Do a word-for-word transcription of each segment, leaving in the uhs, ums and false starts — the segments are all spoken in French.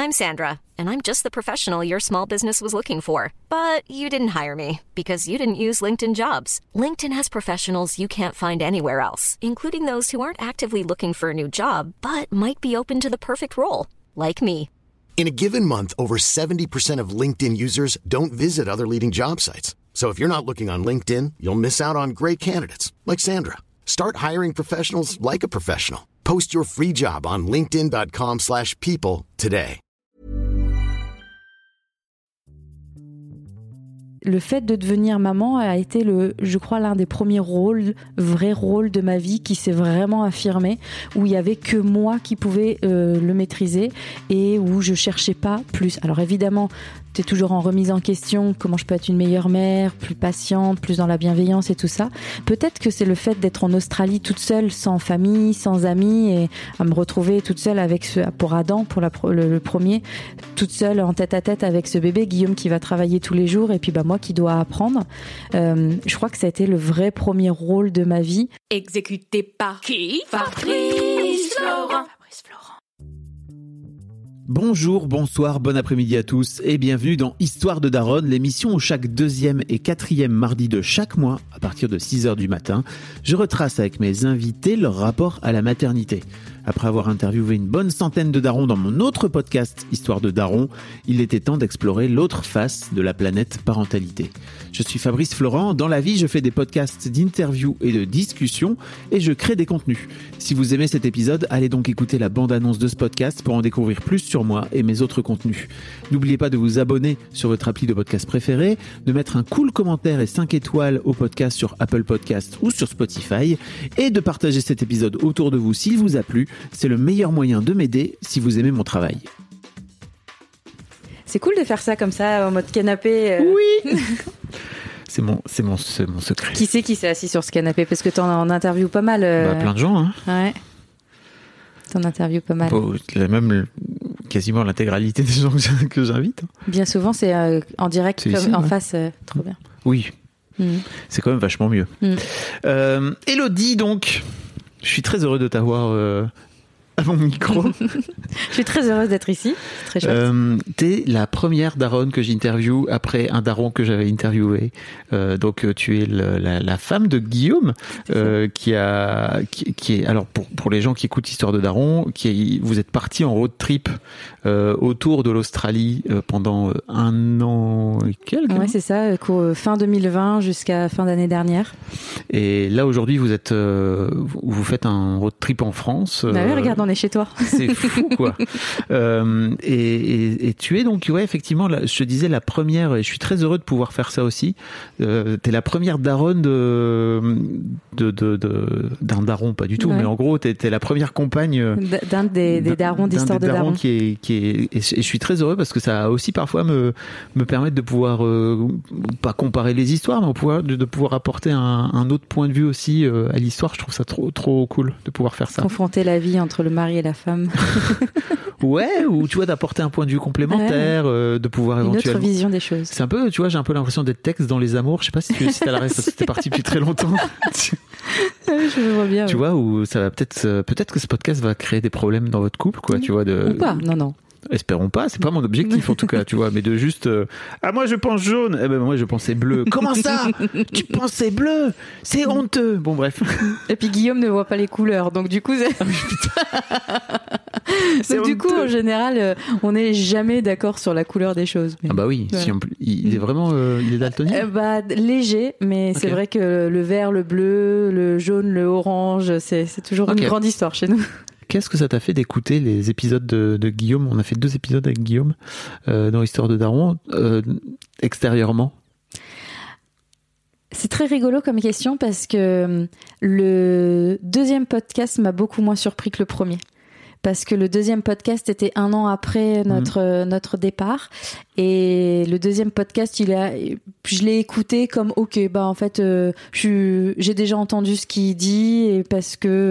I'm Sandra, and I'm just the professional your small business was looking for. But you didn't hire me because you didn't use LinkedIn Jobs. LinkedIn has professionals you can't find anywhere else, including those who aren't actively looking for a new job, but might be open to the perfect role, like me. In a given month, over seventy percent of LinkedIn users don't visit other leading job sites. So if you're not looking on LinkedIn, you'll miss out on great candidates like Sandra. Start hiring professionals like a professional. Post your free job on linkedin.com slash people today. Le fait de devenir maman a été, le, je crois, l'un des premiers rôles, vrais rôles de ma vie qui s'est vraiment affirmé, où il n'y avait que moi qui pouvais euh, le maîtriser et où je ne cherchais pas plus. Alors évidemment, tu es toujours en remise en question, comment je peux être une meilleure mère, plus patiente, plus dans la bienveillance et tout ça. Peut-être que c'est le fait d'être en Australie toute seule, sans famille, sans amis, et à me retrouver toute seule avec ce, pour Adam, pour la, le, le premier, toute seule en tête à tête avec ce bébé, Guillaume qui va travailler tous les jours, et puis bah moi qui dois apprendre. Euh, je crois que ça a été le vrai premier rôle de ma vie. Exécuté par qui? Fabrice Florent. Bonjour, bonsoir, bon après-midi à tous et bienvenue dans Histoire de Daronne, l'émission où chaque deuxième et quatrième mardi de chaque mois, à partir de six heures du matin, je retrace avec mes invités leur rapport à la maternité. Après avoir interviewé une bonne centaine de darons dans mon autre podcast, Histoire de Daron, il était temps d'explorer l'autre face de la planète parentalité. Je suis Fabrice Florent, dans la vie je fais des podcasts d'interviews et de discussions et je crée des contenus. Si vous aimez cet épisode, allez donc écouter la bande-annonce de ce podcast pour en découvrir plus sur moi et mes autres contenus. N'oubliez pas de vous abonner sur votre appli de podcast préféré, de mettre un cool commentaire et cinq étoiles au podcast sur Apple Podcasts ou sur Spotify et de partager cet épisode autour de vous s'il vous a plu. C'est le meilleur moyen de m'aider si vous aimez mon travail. C'est cool de faire ça comme ça, en mode canapé. Euh... Oui. C'est mon, c'est mon, c'est mon secret. Qui c'est qui s'est assis sur ce canapé? Parce que t'en en interviews pas mal. Euh... Bah, plein de gens, hein. Ouais. T'en interviews pas mal. Bon, même quasiment l'intégralité des gens que j'invite. Bien souvent, c'est euh, en direct, c'est comme ici, en ouais. face. Euh, trop bien. Oui. Mmh. C'est quand même vachement mieux. Mmh. Euh, Élodie, donc, je suis très heureux de t'avoir euh, à mon micro. Je suis très heureuse d'être ici. C'est très chouette. Euh, t'es la première daronne que j'interviewe après un daron que j'avais interviewé. Euh, donc tu es le, la, la femme de Guillaume, euh, qui a, qui, qui est alors pour pour les gens qui écoutent Histoire de Daron, qui est, vous êtes partis en road trip euh, autour de l'Australie euh, pendant un an et quelques. Ouais, c'est ça, euh, fin deux mille vingt jusqu'à fin d'année dernière. Et là aujourd'hui vous êtes, euh, vous faites un road trip en France. Bah oui, regarde, on est chez toi. C'est fou, quoi. euh, et, et, et tu es donc, ouais, effectivement, là, je te disais la première, et je suis très heureux de pouvoir faire ça aussi. Euh, t'es la première daronne de, de, de, de, d'un daron, pas du tout, ouais. Mais en gros, t'es, t'es la première compagne d'un des, des darons d'Histoire de Daron. Qui est, qui est, et je suis très heureux parce que ça a aussi parfois me, me permettre de pouvoir, euh, pas comparer les histoires, mais pouvoir, de, de pouvoir apporter un, un autre point de vue aussi euh, à l'histoire. Je trouve ça trop, trop cool de pouvoir faire ça. Confronter la vie entre le mari et la femme. Ouais, ou tu vois, d'apporter un point de vue complémentaire, ouais. euh, de pouvoir une éventuellement... autre vision des choses. C'est un peu, tu vois, j'ai un peu l'impression d'être texte dans Les Amours. Je sais pas si tu si t'as la reste, parce que c'était parti depuis très longtemps. Je me vois bien. Tu ouais. vois, où ça va peut-être, peut-être que ce podcast va créer des problèmes dans votre couple, quoi, tu vois. De... Ou pas, non, non. Espérons pas, c'est pas mon objectif en tout cas, tu vois, mais de juste euh, ah moi je pense jaune, eh ben moi je pensais bleu. Comment ça? Tu pensais bleu? C'est honteux. Bon bref. Et puis Guillaume ne voit pas les couleurs, donc du coup c'est... c'est donc, du coup en général euh, on n'est jamais d'accord sur la couleur des choses. Mais... Ah bah oui, ouais. Si on... il est vraiment euh, il est daltonien. Euh, bah léger, mais okay. C'est vrai que le vert, le bleu, le jaune, le orange, c'est c'est toujours okay. Une grande histoire chez nous. Qu'est-ce que ça t'a fait d'écouter les épisodes de, de Guillaume? On a fait deux épisodes avec Guillaume euh, dans Histoire de Daron, euh, extérieurement. C'est très rigolo comme question parce que le deuxième podcast m'a beaucoup moins surpris que le premier. Parce que le deuxième podcast était un an après notre, mmh. notre départ. Et le deuxième podcast, il a, je l'ai écouté comme, ok, bah, en fait, euh, je, j'ai déjà entendu ce qu'il dit et parce que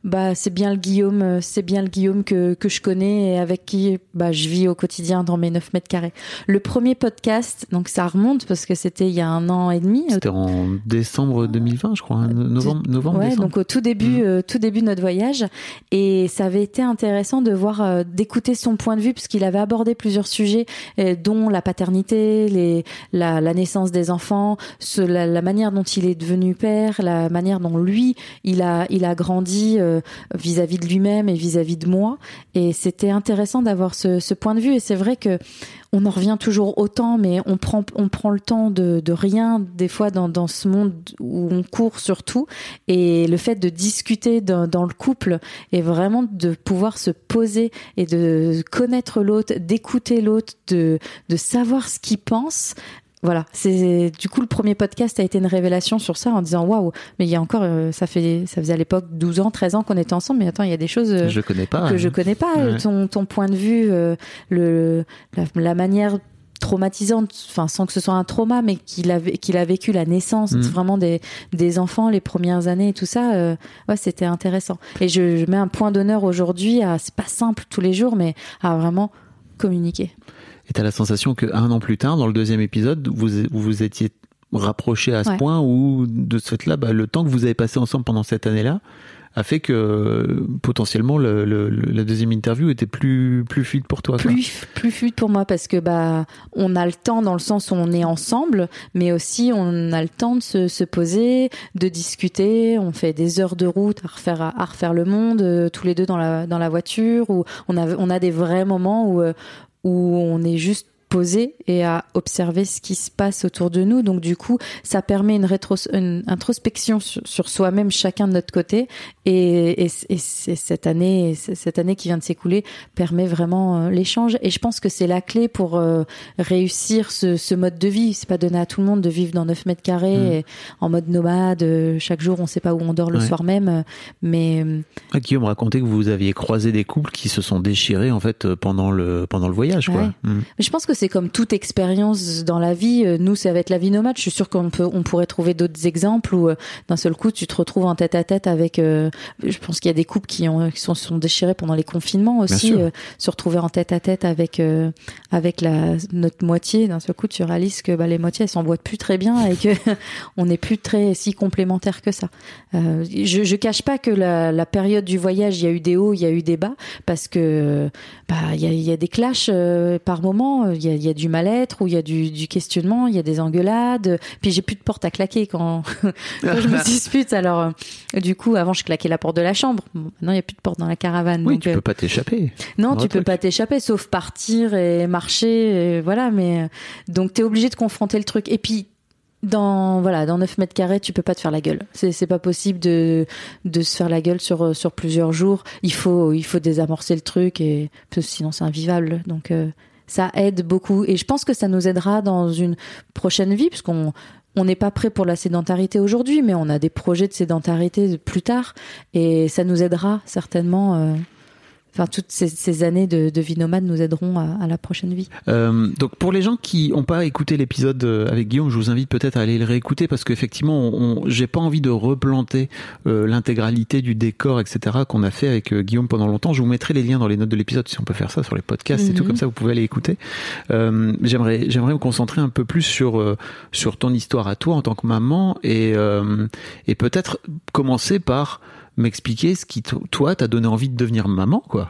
bah c'est bien le Guillaume, c'est bien le Guillaume que que je connais et avec qui bah je vis au quotidien dans mes neuf mètres carrés. Le premier podcast, donc ça remonte parce que c'était il y a un an et demi. C'était en décembre deux mille vingt, je crois, novembre, novembre. Ouais, décembre. donc au tout début, mmh. euh, tout début de notre voyage, et ça avait été intéressant de voir, euh, d'écouter son point de vue puisqu'il avait abordé plusieurs sujets, euh, dont la paternité, les la, la naissance des enfants, ce, la, la manière dont il est devenu père, la manière dont lui il a il a grandi. Euh, vis-à-vis de lui-même et vis-à-vis de moi, et c'était intéressant d'avoir ce, ce point de vue. Et c'est vrai que on en revient toujours autant, mais on prend on prend le temps de, de rien des fois dans, dans ce monde où on court surtout, et le fait de discuter dans, dans le couple et vraiment de pouvoir se poser et de connaître l'autre, d'écouter l'autre, de de savoir ce qu'il pense. Voilà, c'est du coup le premier podcast a été une révélation sur ça en disant waouh, mais il y a encore euh, ça fait ça faisait à l'époque douze ans, treize ans qu'on était ensemble, mais attends, il y a des choses euh, je connais pas, que hein. je connais pas, Ouais. ton ton point de vue, euh, le la, la manière traumatisante, enfin sans que ce soit un trauma, mais qu'il a qu'il a vécu la naissance mmh. vraiment des des enfants, les premières années et tout ça, euh, ouais, c'était intéressant. Et je, je mets un point d'honneur aujourd'hui à, c'est pas simple tous les jours, mais à vraiment communiquer. Et t'as la sensation qu'un an plus tard, dans le deuxième épisode, vous vous, vous étiez rapprochés à ce ouais. point où, de ce fait-là, bah, le temps que vous avez passé ensemble pendant cette année-là a fait que potentiellement le, le, la deuxième interview était plus plus fluide pour toi. Plus quoi. plus fluide pour moi parce que bah on a le temps dans le sens où on est ensemble, mais aussi on a le temps de se, se poser, de discuter. On fait des heures de route à refaire à, à refaire le monde euh, tous les deux dans la dans la voiture, où on a on a des vrais moments où euh, où on est juste posé et à observer ce qui se passe autour de nous. Donc du coup, ça permet une, rétros- une introspection sur, sur soi-même, chacun de notre côté. Et, et, et c'est cette année, cette année qui vient de s'écouler permet vraiment euh, l'échange. Et je pense que c'est la clé pour euh, réussir ce, ce mode de vie. C'est pas donné à tout le monde de vivre dans neuf mètres carrés, mmh. et, en mode nomade. Euh, chaque jour, on sait pas où on dort le ouais. soir même. Mais ah, Guillaume racontait que vous aviez croisé des couples qui se sont déchirés en fait pendant le pendant le voyage, quoi. Ouais. Mmh. Mais je pense que c'est comme toute expérience dans la vie. Nous, ça va être la vie nomade. Je suis sûre qu'on peut, on pourrait trouver d'autres exemples où euh, d'un seul coup, tu te retrouves en tête à tête avec. Euh, je pense qu'il y a des couples qui ont, qui sont, sont déchirés pendant les confinements aussi. Euh, se retrouver en tête à tête avec euh, avec la notre moitié. D'un seul coup, tu réalises que bah, les moitiés elles s'emboîtent plus très bien et que on n'est plus très si complémentaires que ça. Euh, je, je cache pas que la, la période du voyage, il y a eu des hauts, il y a eu des bas, parce que bah il y a, il y a des clashs euh, par moment. Il y a, il y a du mal-être, ou il y a du, du questionnement, il y a des engueulades. Puis j'ai plus de porte à claquer quand, quand je me dispute. Alors euh, du coup, avant je claquais la porte de la chambre. Bon, maintenant il y a plus de porte dans la caravane. Oui, donc, tu euh, peux pas t'échapper. Non, tu peux truc. pas t'échapper, sauf partir et marcher. Et voilà, mais donc t'es obligé de confronter le truc. Et puis dans voilà dans neuf mètres carrés, tu peux pas te faire la gueule. C'est c'est pas possible de de se faire la gueule sur sur plusieurs jours. Il faut il faut désamorcer le truc, et parce que sinon c'est invivable. Donc euh, ça aide beaucoup, et je pense que ça nous aidera dans une prochaine vie, puisqu'on on n'est pas prêt pour la sédentarité aujourd'hui, mais on a des projets de sédentarité plus tard, et ça nous aidera certainement. Euh, Enfin, toutes ces, ces années de, de vie nomade nous aideront à, à la prochaine vie. Euh, donc, pour les gens qui n'ont pas écouté l'épisode avec Guillaume, je vous invite peut-être à aller le réécouter, parce qu'effectivement, on, on, j'ai pas envie de replanter euh, l'intégralité du décor, et cetera, qu'on a fait avec euh, Guillaume pendant longtemps. Je vous mettrai les liens dans les notes de l'épisode, si on peut faire ça sur les podcasts, mm-hmm. et tout, comme ça, vous pouvez aller écouter. Euh, j'aimerais, j'aimerais me concentrer un peu plus sur euh, sur ton histoire à toi en tant que maman, et euh, et peut-être commencer par m'expliquer ce qui, toi, t'a donné envie de devenir maman, quoi.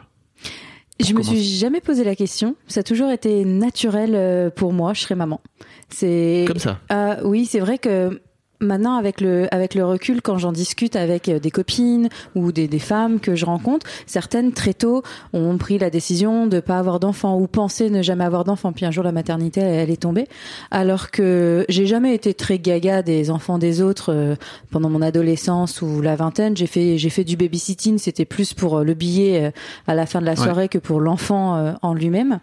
Je me suis jamais posé la question. Ça a toujours été naturel pour moi. Je serais maman. C'est comme ça. Euh, oui, c'est vrai que maintenant, avec le avec le recul, quand j'en discute avec des copines ou des des femmes que je rencontre, certaines très tôt ont pris la décision de pas avoir d'enfants, ou penser ne jamais avoir d'enfants. Puis un jour, la maternité, elle est tombée. Alors que j'ai jamais été très gaga des enfants des autres euh, pendant mon adolescence ou la vingtaine. J'ai fait j'ai fait du babysitting. C'était plus pour le billet euh, à la fin de la soirée, ouais, que pour l'enfant euh, en lui-même.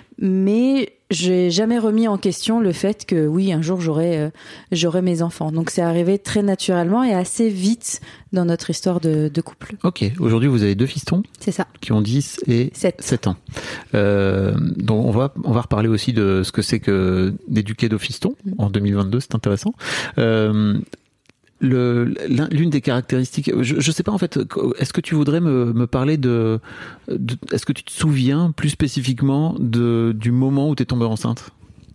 Mais j'ai jamais remis en question le fait que oui, un jour j'aurai euh, j'aurai mes enfants. Donc c'est arrivé très naturellement et assez vite dans notre histoire de, de couple. Ok, aujourd'hui vous avez deux fistons. C'est ça. Qui ont dix et sept ans. Euh, donc on va on va reparler aussi de ce que c'est que d'éduquer deux fistons mmh. en deux mille vingt-deux, c'est intéressant. Euh, Le, l'une des caractéristiques, je ne sais pas en fait, est-ce que tu voudrais me, me parler de, de, est-ce que tu te souviens plus spécifiquement de, du moment où tu es tombée enceinte ?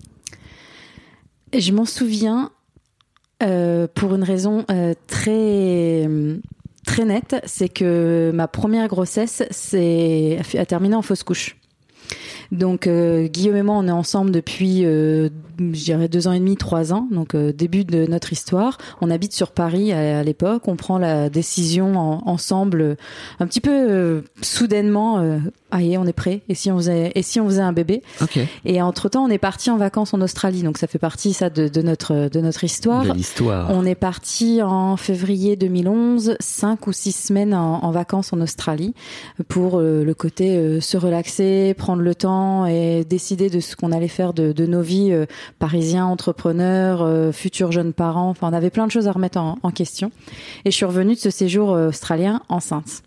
Je m'en souviens euh, pour une raison euh, très, très nette, c'est que ma première grossesse c'est, a terminé en fausse couche. Donc euh, Guillaume et moi, on est ensemble depuis, euh, je dirais deux ans et demi, trois ans. Donc euh, début de notre histoire. On habite sur Paris à, à l'époque. On prend la décision en, ensemble, euh, un petit peu euh, soudainement. Euh, Allez, on est prêt. Et si on faisait, et si on faisait un bébé. Okay. Et entre temps, on est parti en vacances en Australie. Donc ça fait partie ça de, de notre de notre histoire. De l'histoire. On est parti en février deux mille onze, cinq ou six semaines en, en vacances en Australie pour euh, le côté euh, se relaxer, prendre le temps et décider de ce qu'on allait faire de, de nos vies euh, parisiens, entrepreneurs, euh, futurs jeunes parents. Enfin, on avait plein de choses à remettre en, en question. Et je suis revenue de ce séjour euh, australien enceinte.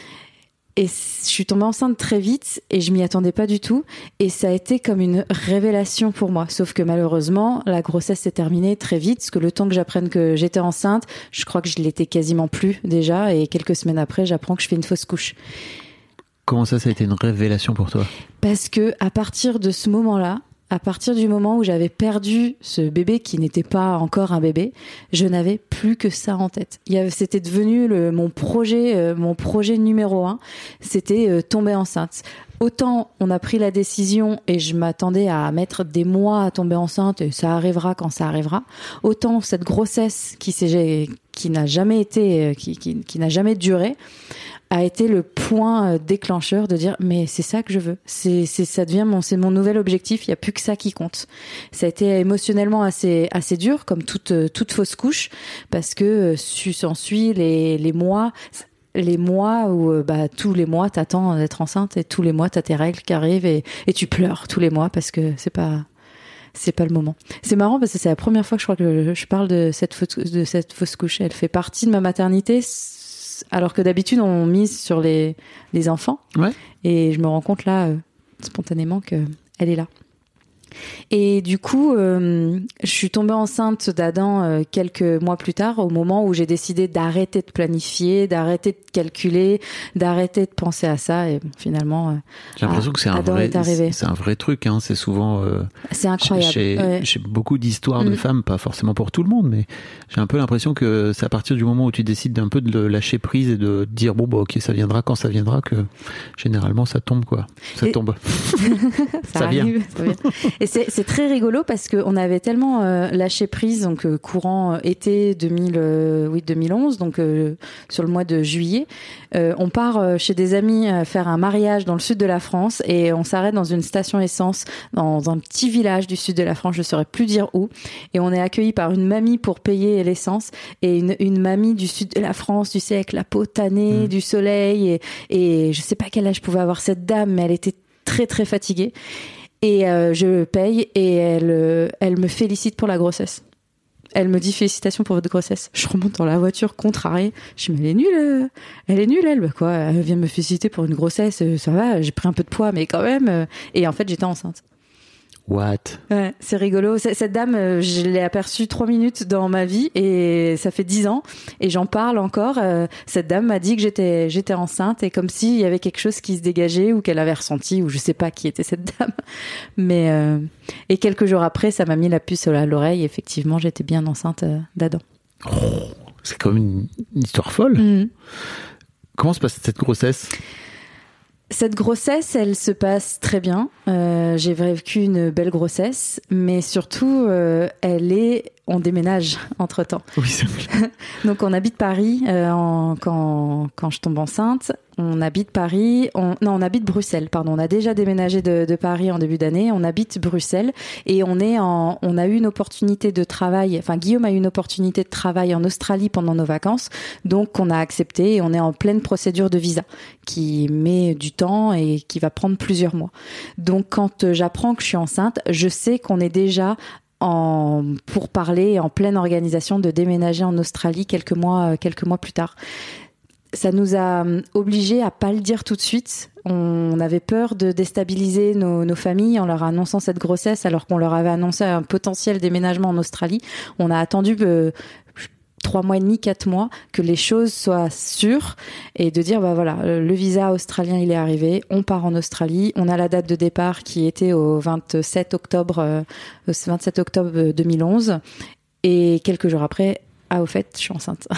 Et je suis tombée enceinte très vite et je m'y attendais pas du tout. Et ça a été comme une révélation pour moi. Sauf que malheureusement, la grossesse s'est terminée très vite. Parce que le temps que j'apprenne que j'étais enceinte, je crois que je l'étais quasiment plus déjà. Et quelques semaines après, j'apprends que je fais une fausse couche. Comment ça, ça a été une révélation pour toi ? Parce que à partir de ce moment-là, à partir du moment où j'avais perdu ce bébé qui n'était pas encore un bébé, je n'avais plus que ça en tête. Il y avait, c'était devenu le, mon projet, euh, mon projet numéro un. C'était euh, tomber enceinte. Autant on a pris la décision et je m'attendais à mettre des mois à tomber enceinte et ça arrivera quand ça arrivera. Autant cette grossesse qui s'est, qui n'a jamais été, qui, qui, qui n'a jamais duré, a été le point déclencheur de dire mais c'est ça que je veux, c'est c'est ça devient mon c'est mon nouvel objectif, il y a plus que ça qui compte. Ça a été émotionnellement assez assez dur comme toute toute fausse couche parce que s'ensuit les les mois les mois où bah tous les mois t'attends d'être enceinte et tous les mois t'as tes règles qui arrivent et et tu pleures tous les mois parce que c'est pas c'est pas le moment. C'est marrant parce que c'est la première fois que je crois que je parle de cette fausse, de cette fausse couche. Elle fait partie de ma maternité. Alors que d'habitude, on mise sur les, les enfants. Ouais. Et je me rends compte là, euh, spontanément, qu'elle est là. Et du coup, euh, je suis tombée enceinte d'Adam euh, quelques mois plus tard, au moment où j'ai décidé d'arrêter de planifier, d'arrêter de calculer, d'arrêter de penser à ça. Et bon, finalement, euh, j'ai l'impression que c'est un vrai, c'est un vrai truc. Hein. C'est souvent, euh, c'est incroyable. Chez, ouais. chez beaucoup d'histoires mmh. de femmes, pas forcément pour tout le monde, mais j'ai un peu l'impression que c'est à partir du moment où tu décides d'un peu de lâcher prise et de dire bon bah ok, ça viendra quand ça viendra que généralement ça tombe quoi. Ça et... tombe. ça, ça arrive, vient. Ça vient. Et c'est, c'est très rigolo parce qu'on avait tellement euh, lâché prise, donc euh, courant euh, été deux mille, euh, oui, deux mille onze, donc euh, sur le mois de juillet. Euh, on part euh, chez des amis euh, faire un mariage dans le sud de la France et on s'arrête dans une station essence dans un petit village du sud de la France, je ne saurais plus dire où. Et on est accueillis par une mamie pour payer l'essence et une, une mamie du sud de la France, tu sais, avec la peau tannée, mmh. du soleil et, et je ne sais pas quel âge pouvait avoir cette dame, mais elle était très très fatiguée. Et euh, je paye et elle, euh, elle me félicite pour la grossesse. Elle me dit félicitations pour votre grossesse. Je remonte dans la voiture contrariée. Je dis mais elle est nulle, euh, elle est nulle elle. Bah quoi, elle vient me féliciter pour une grossesse, euh, ça va, j'ai pris un peu de poids mais quand même. Euh, et en fait j'étais enceinte. What? Ouais, c'est rigolo. Cette dame, je l'ai aperçue trois minutes dans ma vie et ça fait dix ans et j'en parle encore. Cette dame m'a dit que j'étais j'étais enceinte et comme s'il y avait quelque chose qui se dégageait ou qu'elle avait ressenti ou je sais pas qui était cette dame. Mais euh, et quelques jours après, ça m'a mis la puce à l'oreille. Effectivement, j'étais bien enceinte d'Adam. Oh, c'est comme une, une histoire folle. Mmh. Comment se passe cette grossesse? Cette grossesse, elle se passe très bien. Euh, j'ai vécu une belle grossesse, mais surtout, euh, elle est, on déménage entre temps. Oui, c'est vrai. Donc, on habite Paris euh, en, quand quand je tombe enceinte. On habite Paris, on, non, on habite Bruxelles, pardon. On a déjà déménagé de, de Paris en début d'année. On habite Bruxelles et on est en, on a eu une opportunité de travail. Enfin, Guillaume a eu une opportunité de travail en Australie pendant nos vacances, donc on a accepté et on est en pleine procédure de visa qui met du temps et qui va prendre plusieurs mois. Donc, quand j'apprends que je suis enceinte, je sais qu'on est déjà en pour parler en pleine organisation de déménager en Australie quelques mois quelques mois plus tard. Ça nous a obligés à pas le dire tout de suite. On avait peur de déstabiliser nos, nos familles en leur annonçant cette grossesse alors qu'on leur avait annoncé un potentiel déménagement en Australie. On a attendu euh, trois mois et demi, quatre mois, que les choses soient sûres et de dire, bah voilà, le visa australien, il est arrivé, on part en Australie, on a la date de départ qui était au vingt-sept octobre, euh, vingt-sept octobre deux mille onze et quelques jours après, ah, au fait, je suis enceinte.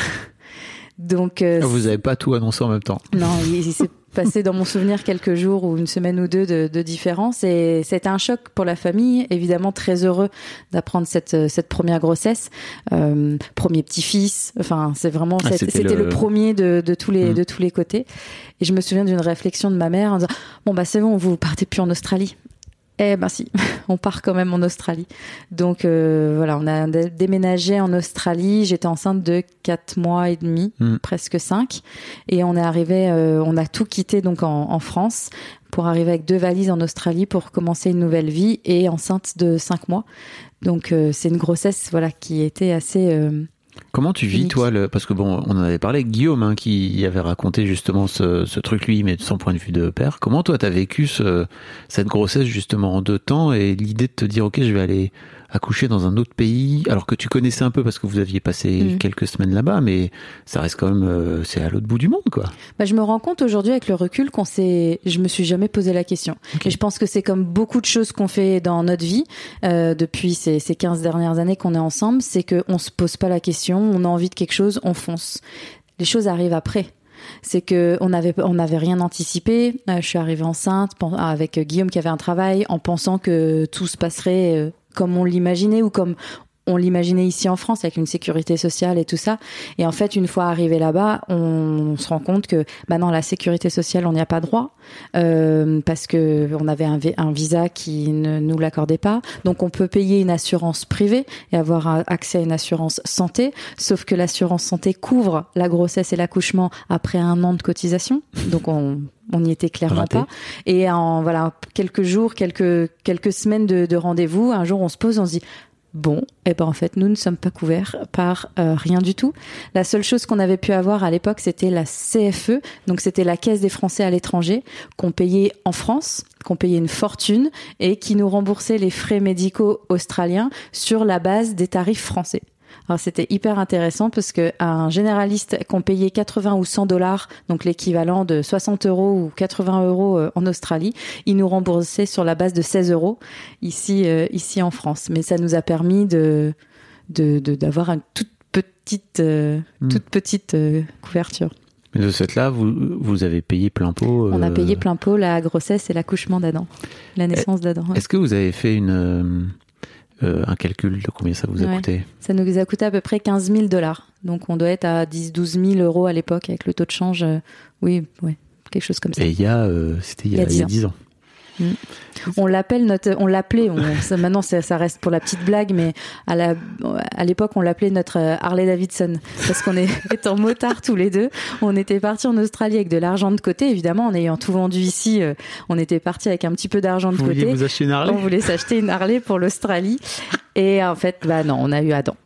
Donc, euh, vous n'avez pas tout annoncé en même temps. Non, il, il s'est passé dans mon souvenir quelques jours ou une semaine ou deux de, de différence et c'était un choc pour la famille. Évidemment, très heureux d'apprendre cette, cette première grossesse, euh, premier petit-fils. Enfin, c'est vraiment ah, cette, c'était, c'était le, le premier de, de tous les mmh. de tous les côtés. Et je me souviens d'une réflexion de ma mère en disant bon bah c'est bon, vous partez plus en Australie. Eh ben si, on part quand même en Australie. Donc euh, voilà, on a déménagé en Australie. J'étais enceinte de quatre mois et demi, mmh. presque cinq, et on est arrivé, euh, on a tout quitté donc en, en France pour arriver avec deux valises en Australie pour commencer une nouvelle vie et enceinte de cinq mois. Donc euh, c'est une grossesse voilà qui était assez euh, Comment tu vis, toi, le... parce que bon, on en avait parlé avec Guillaume, hein, qui avait raconté justement ce, ce truc, lui, mais de son point de vue de père. Comment toi, t'as vécu ce, cette grossesse justement en deux temps et l'idée de te dire, ok, je vais aller accoucher dans un autre pays, alors que tu connaissais un peu parce que vous aviez passé mmh. quelques semaines là-bas, mais ça reste quand même, euh, c'est à l'autre bout du monde, quoi. Bah, je me rends compte aujourd'hui avec le recul qu'on s'est, je me suis jamais posé la question. Okay. Et je pense que c'est comme beaucoup de choses qu'on fait dans notre vie, euh, depuis ces, ces quinze dernières années qu'on est ensemble, c'est qu'on se pose pas la question, on a envie de quelque chose, on fonce. Les choses arrivent après. C'est que on avait on n'avait rien anticipé. Euh, je suis arrivée enceinte avec Guillaume qui avait un travail, en pensant que tout se passerait euh, comme on l'imaginait ou comme on l'imaginait ici en France avec une sécurité sociale et tout ça. Et en fait, une fois arrivé là-bas, on, on se rend compte que bah non, la sécurité sociale, on n'y a pas droit euh, parce que on avait un, un visa qui ne nous l'accordait pas. Donc, on peut payer une assurance privée et avoir un, accès à une assurance santé. Sauf que l'assurance santé couvre la grossesse et l'accouchement après un an de cotisation. Donc, on on n'y était clairement Raté. pas. Et en voilà quelques jours, quelques quelques semaines de, de rendez-vous, un jour, on se pose, on se dit bon, eh ben en fait, nous ne sommes pas couverts par euh, rien du tout. La seule chose qu'on avait pu avoir à l'époque, c'était la C F E, donc c'était la Caisse des Français à l'étranger, qu'on payait en France, qu'on payait une fortune et qui nous remboursait les frais médicaux australiens sur la base des tarifs français. Alors c'était hyper intéressant parce que un généraliste qu'on payait quatre-vingts ou cent dollars, donc l'équivalent de soixante euros ou quatre-vingts euros en Australie, il nous remboursait sur la base de seize euros ici euh, ici en France. Mais ça nous a permis de de, de d'avoir une toute petite euh, mmh. toute petite euh, couverture. Mais de cette là, vous vous avez payé plein pot. Euh... On a payé plein pot la grossesse et l'accouchement d'Adam, la naissance d'Adam. Ouais. Est-ce que vous avez fait une euh... Euh, un calcul de combien ça vous a ouais. coûté? Ça nous a coûté à peu près quinze mille dollars. Donc on doit être à dix douze mille euros à l'époque avec le taux de change. Euh, oui, ouais, quelque chose comme ça. Et il y a, euh, c'était il y a, il y a dix ans. Mmh. On l'appelle notre, on l'appelait. On, ça, maintenant, ça, ça reste pour la petite blague, mais à la, à l'époque, on l'appelait notre Harley Davidson parce qu'on est étant motards tous les deux. On était partis en Australie avec de l'argent de côté, évidemment, en ayant tout vendu ici. Euh, on était partis avec un petit peu d'argent de vous côté. Vouliez vous acheter une Harley? On voulait s'acheter une Harley pour l'Australie. Et en fait, bah non, on a eu Adam.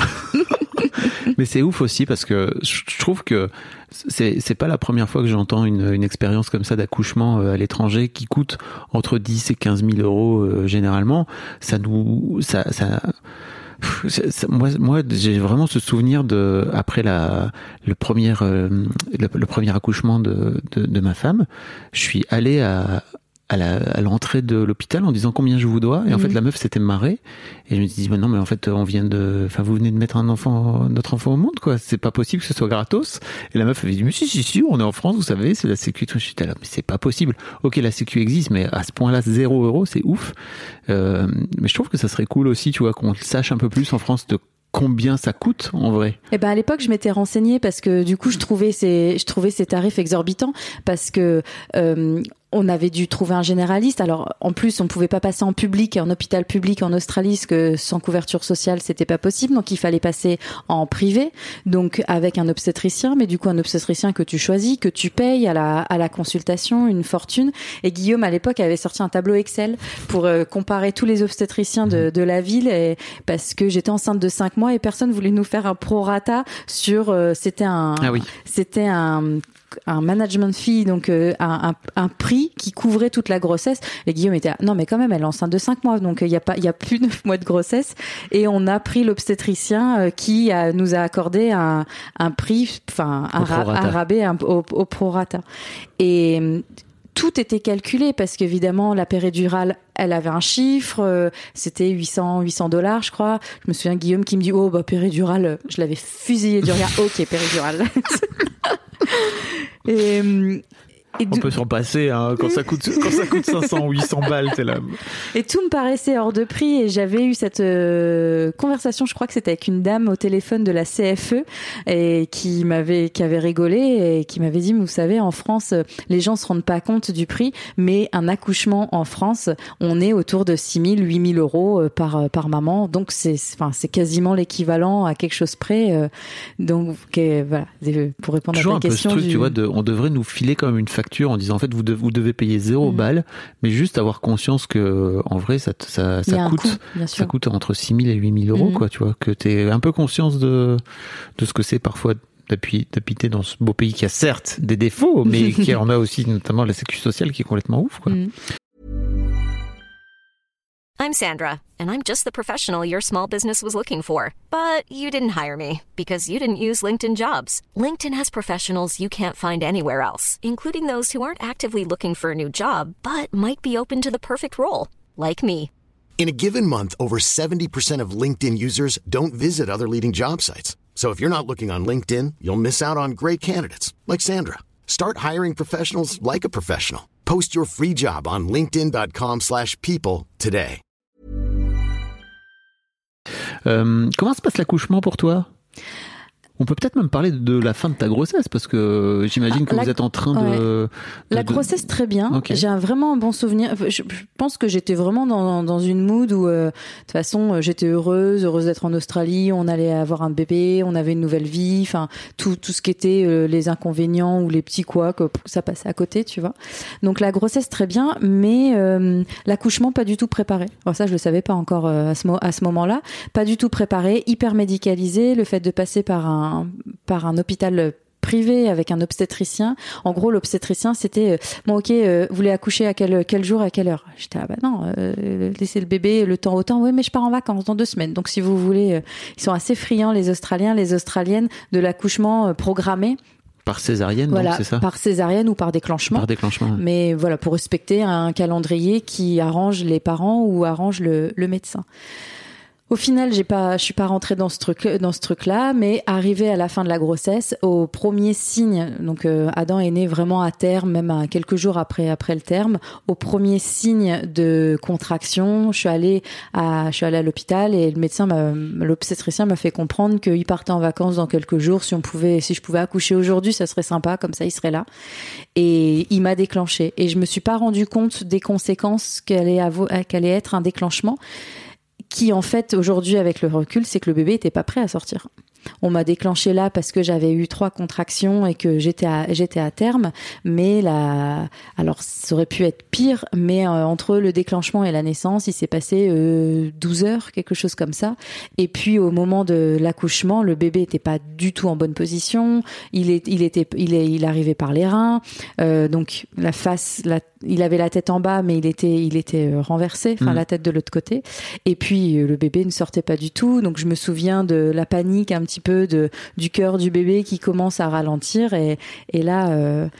Mais c'est ouf aussi parce que je trouve que c'est c'est pas la première fois que j'entends une une expérience comme ça d'accouchement à l'étranger qui coûte entre dix et quinze mille euros euh, généralement. Ça nous ça ça Ça, moi, moi, j'ai vraiment ce souvenir de après la le premier euh, le, le premier accouchement de, de de ma femme, je suis allé à à la à l'entrée de l'hôpital en disant combien je vous dois et en mmh. fait la meuf s'était marrée et je me dis bah non mais en fait on vient de enfin vous venez de mettre un enfant notre enfant au monde quoi, c'est pas possible que ce soit gratos. Et la meuf avait dit mais si si si on est en France vous savez c'est la sécu. Je suis là mais c'est pas possible. Ok la sécu existe mais à ce point-là zéro euro c'est ouf. Euh, mais je trouve que ça serait cool aussi tu vois qu'on sache un peu plus en France de combien ça coûte en vrai. Eh ben à l'époque je m'étais renseignée parce que du coup je trouvais ces je trouvais ces tarifs exorbitants parce que euh, on avait dû trouver un généraliste. Alors, en plus, on pouvait pas passer en public, en hôpital public en Australie, parce que sans couverture sociale, c'était pas possible. Donc, il fallait passer en privé. Donc, avec un obstétricien. Mais du coup, un obstétricien que tu choisis, que tu payes à la, à la consultation, une fortune. Et Guillaume, à l'époque, avait sorti un tableau Excel pour euh, comparer tous les obstétriciens de, de la ville. Et, parce que j'étais enceinte de cinq mois et personne voulait nous faire un prorata sur, euh, c'était un, ah oui. c'était un, un management fee, donc euh, un, un, un prix qui couvrait toute la grossesse. Et Guillaume était, non mais quand même, elle est enceinte de cinq mois, donc il y a pas, il y a plus de neuf mois de grossesse. Et on a pris l'obstétricien euh, qui a, nous a accordé un, un prix, enfin un, ra- un rabais un, au, au prorata. Et tout était calculé parce qu'évidemment la péridurale, elle avait un chiffre, euh, c'était huit cents dollars je crois. Je me souviens Guillaume qui me dit oh bah péridurale, je l'avais fusillé du regard. Ok, péridurale. et, et on d- peut s'en passer hein, quand ça coûte quand ça coûte cinq cents ou huit cents balles, t'es là. Et tout me paraissait hors de prix et j'avais eu cette euh, conversation, je crois que c'était avec une dame au téléphone de la C F E et qui m'avait qui avait rigolé et qui m'avait dit, vous savez, en France, les gens se rendent pas compte du prix, mais un accouchement en France, on est autour de six mille, huit mille euros par par maman, donc c'est enfin c'est quasiment l'équivalent à quelque chose près. Euh, donc okay, voilà, pour répondre toujours à ta question. Toujours un peu ce truc, du... tu vois, de, on devrait nous filer comme une facture en disant en fait vous devez, vous devez payer zéro mmh. balle, mais juste avoir conscience que en vrai ça ça ça coûte coût, ça coûte entre six mille et huit mille euros mmh. quoi, tu vois, que t'aies un peu conscience de de ce que c'est parfois d'habiter dans ce beau pays qui a certes des défauts, mais qui en a aussi notamment la sécurité sociale qui est complètement ouf quoi. Mmh. I'm Sandra, and I'm just the professional your small business was looking for. But you didn't hire me because you didn't use LinkedIn Jobs. LinkedIn has professionals you can't find anywhere else, including those who aren't actively looking for a new job, but might be open to the perfect role, like me. In a given month, over seventy percent of LinkedIn users don't visit other leading job sites. So if you're not looking on LinkedIn, you'll miss out on great candidates like Sandra. Start hiring professionals like a professional. Post your free job on linkedin.com slash people today. Euh, comment se passe l'accouchement pour toi ? On peut peut-être même parler de la fin de ta grossesse, parce que j'imagine que la, vous êtes en train de... Ouais. de la de... grossesse, très bien. Okay. J'ai un vraiment un bon souvenir. Je, je pense que j'étais vraiment dans, dans une mood où, euh, de toute façon, j'étais heureuse, heureuse d'être en Australie, on allait avoir un bébé, on avait une nouvelle vie, enfin, tout, tout ce qui était euh, les inconvénients ou les petits quoi, que ça passait à côté, tu vois. Donc la grossesse, très bien, mais euh, l'accouchement, pas du tout préparé. Alors ça, je le savais pas encore euh, à, ce, à ce moment-là. Pas du tout préparé, hyper médicalisé, le fait de passer par un... par un hôpital privé avec un obstétricien. En gros, l'obstétricien, c'était euh, bon, ok, euh, vous voulez accoucher à quel quel jour, à quelle heure ? J'étais ah bah non, euh, laissez le bébé le temps au temps. Oui, mais je pars en vacances dans deux semaines. Donc si vous voulez, euh, ils sont assez friands les Australiens, les Australiennes de l'accouchement euh, programmé. Par césarienne, voilà, donc, c'est ça ? Par césarienne ou par déclenchement. Par déclenchement. Ouais. Mais voilà, pour respecter un calendrier qui arrange les parents ou arrange le, le médecin. Au final, j'ai pas, je suis pas rentrée dans ce truc, dans ce truc-là, mais arrivée à la fin de la grossesse, au premier signe, donc euh, Adam est né vraiment à terme, même à quelques jours après après le terme. Au premier signe de contraction, je suis allée à, je suis allée à l'hôpital et le médecin, m'a, l'obstétricien m'a fait comprendre qu'il partait en vacances dans quelques jours. Si on pouvait, si je pouvais accoucher aujourd'hui, ça serait sympa, comme ça il serait là. Et il m'a déclenché. Et je me suis pas rendu compte des conséquences qu'allait avo- qu'allait être un déclenchement. Qui en fait aujourd'hui avec le recul, c'est que le bébé était pas prêt à sortir. On m'a déclenché là parce que j'avais eu trois contractions et que j'étais à, j'étais à terme, mais là, alors ça aurait pu être pire, mais euh, entre le déclenchement et la naissance, il s'est passé euh, douze heures, quelque chose comme ça. Et puis au moment de l'accouchement, le bébé était pas du tout en bonne position, il est, il était, il est, il arrivait par les reins, euh, donc la face, la, il avait la tête en bas, mais il était, il était renversé, enfin mmh. la tête de l'autre côté. Et puis le bébé ne sortait pas du tout, donc je me souviens de la panique un petit peu de du cœur du bébé qui commence à ralentir et et là euh,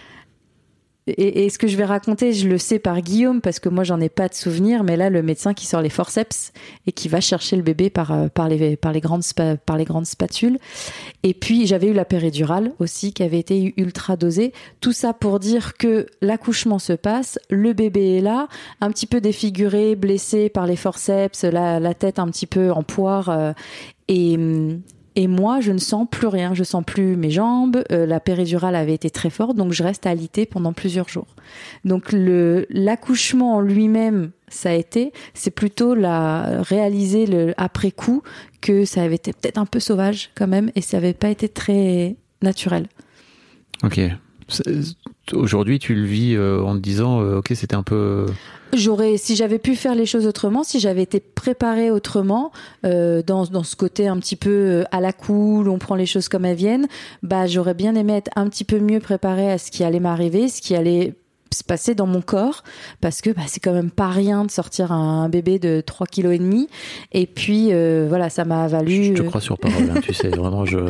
et, et ce que je vais raconter, je le sais par Guillaume parce que moi j'en ai pas de souvenir, mais là le médecin qui sort les forceps et qui va chercher le bébé par par les par les grandes spa, par les grandes spatules. Et puis j'avais eu la péridurale aussi qui avait été ultra dosée. Tout ça pour dire que l'accouchement se passe, le bébé est là, un petit peu défiguré, blessé par les forceps, la la tête un petit peu en poire euh, et Et moi, je ne sens plus rien. Je sens plus mes jambes. Euh, la péridurale avait été très forte, donc je reste alitée pendant plusieurs jours. Donc le l'accouchement en lui-même, ça a été. C'est plutôt la réaliser le après coup que ça avait été peut-être un peu sauvage quand même, et ça avait pas été très naturel. Ok. aujourd'hui, tu le vis euh, en te disant, euh, ok, c'était un peu... J'aurais, si j'avais pu faire les choses autrement, si j'avais été préparée autrement, euh, dans, dans ce côté un petit peu à la cool, on prend les choses comme elles viennent, bah, j'aurais bien aimé être un petit peu mieux préparée à ce qui allait m'arriver, ce qui allait se passer dans mon corps, parce que bah, c'est quand même pas rien de sortir un bébé de trois kilos et demi. Et puis euh, voilà, ça m'a valu. Je te crois sur parole, hein, tu sais, vraiment je.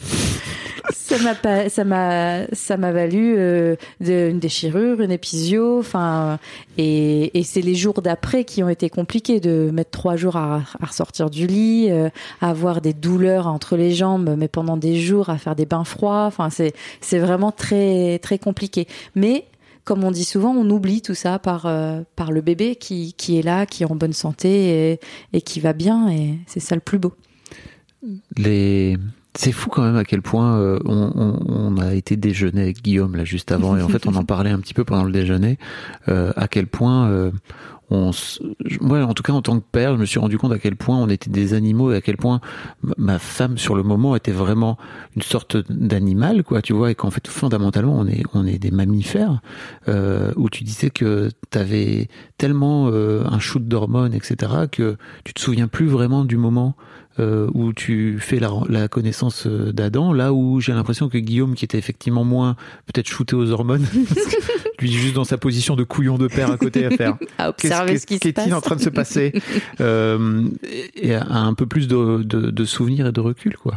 Ça m'a pas, ça m'a, ça m'a valu euh, de, une déchirure, une épisio, enfin, et, et c'est les jours d'après qui ont été compliqués, de mettre trois jours à, à ressortir du lit, euh, à avoir des douleurs entre les jambes, mais pendant des jours à faire des bains froids. Enfin, c'est, c'est vraiment très, très compliqué. Mais comme on dit souvent, on oublie tout ça par euh, par le bébé qui qui est là, qui est en bonne santé et, et qui va bien, et c'est ça le plus beau. Les C'est fou quand même à quel point euh, on, on, on a été déjeuner avec Guillaume là juste avant, et en fait on en parlait un petit peu pendant le déjeuner, euh, à quel point euh, on, moi en tout cas en tant que père, je me suis rendu compte à quel point on était des animaux, et à quel point ma femme sur le moment était vraiment une sorte d'animal, quoi, tu vois, et qu'en fait fondamentalement on est on est des mammifères, euh, où tu disais que t'avais tellement euh, un shoot d'hormones, et cetera, que tu te souviens plus vraiment du moment Euh, où tu fais la, la connaissance d'Adam, là où j'ai l'impression que Guillaume, qui était effectivement moins peut-être shooté aux hormones, lui juste dans sa position de couillon de père à côté à faire à observer qu'est-ce, ce qui qu'est-ce, se passe, qu'est-il en train de se passer, euh, et, et a un peu plus de, de, de souvenirs et de recul, quoi.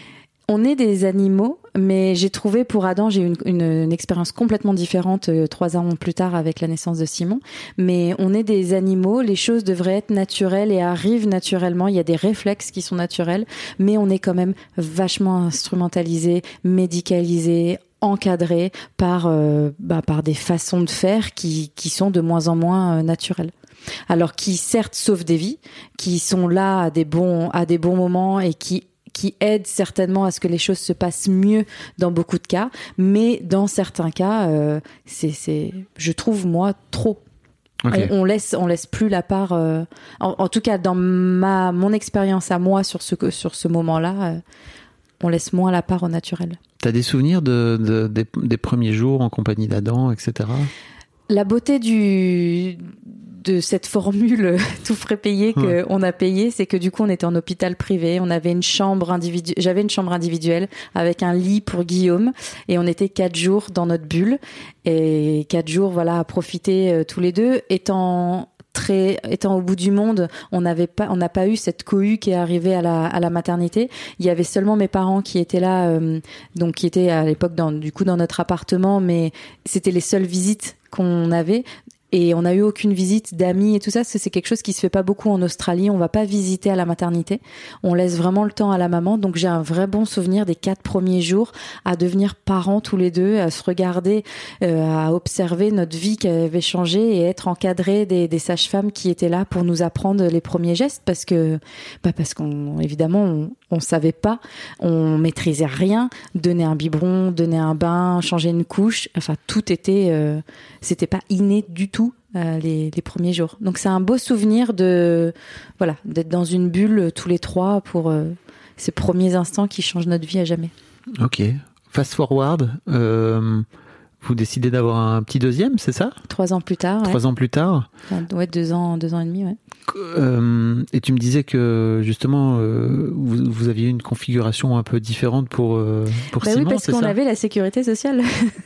On est des animaux, mais j'ai trouvé pour Adam, j'ai eu une, une, une expérience complètement différente euh, trois ans plus tard avec la naissance de Simon. Mais on est des animaux, les choses devraient être naturelles et arrivent naturellement. Il y a des réflexes qui sont naturels, mais on est quand même vachement instrumentalisé, médicalisé, encadré par euh, bah, par des façons de faire qui qui sont de moins en moins euh, naturelles. Alors qui certes sauvent des vies, qui sont là à des bons à des bons moments et qui qui aide certainement à ce que les choses se passent mieux dans beaucoup de cas, mais dans certains cas, euh, c'est, c'est, je trouve, moi, trop. Okay. On, on laisse, on laisse plus la part, euh, en, en tout cas dans ma, mon expérience à moi sur ce, sur ce moment-là, euh, on laisse moins la part au naturel. T'as des souvenirs de, de, des, des premiers jours en compagnie d'Adam, et cetera? La beauté du... de cette formule tout frais payé que ouais. on a payé, c'est que du coup on était en hôpital privé, on avait une chambre individuelle, j'avais une chambre individuelle avec un lit pour Guillaume, et on était quatre jours dans notre bulle, et quatre jours voilà à profiter euh, tous les deux, étant très étant au bout du monde, on n'avait pas on n'a pas eu cette cohue qui est arrivée à la à la maternité. Il y avait seulement mes parents qui étaient là, euh, donc qui étaient à l'époque dans du coup dans notre appartement, mais c'était les seules visites qu'on avait. Et on n'a eu aucune visite d'amis et tout ça, parce que c'est quelque chose qui se fait pas beaucoup en Australie. On va pas visiter à la maternité. On laisse vraiment le temps à la maman. Donc j'ai un vrai bon souvenir des quatre premiers jours à devenir parents tous les deux, à se regarder, euh, à observer notre vie qui avait changé et être encadrés des, des sages-femmes qui étaient là pour nous apprendre les premiers gestes, parce que, bah parce qu'on, évidemment, on, on savait pas, on maîtrisait rien. Donner un biberon, donner un bain, changer une couche, enfin tout était, euh, c'était pas inné du tout. Euh, les, les premiers jours. Donc c'est un beau souvenir de voilà d'être dans une bulle tous les trois pour euh, ces premiers instants qui changent notre vie à jamais. Ok. Fast forward, euh, vous décidez d'avoir un petit deuxième, c'est ça ? Trois ans plus tard. Trois ouais. ans plus tard. Enfin, ouais, deux ans, deux ans et demi, ouais. Euh, et tu me disais que justement euh, vous, vous aviez une configuration un peu différente pour euh, pour bah Simon, oui, parce c'est qu'on ça ? avait la sécurité sociale.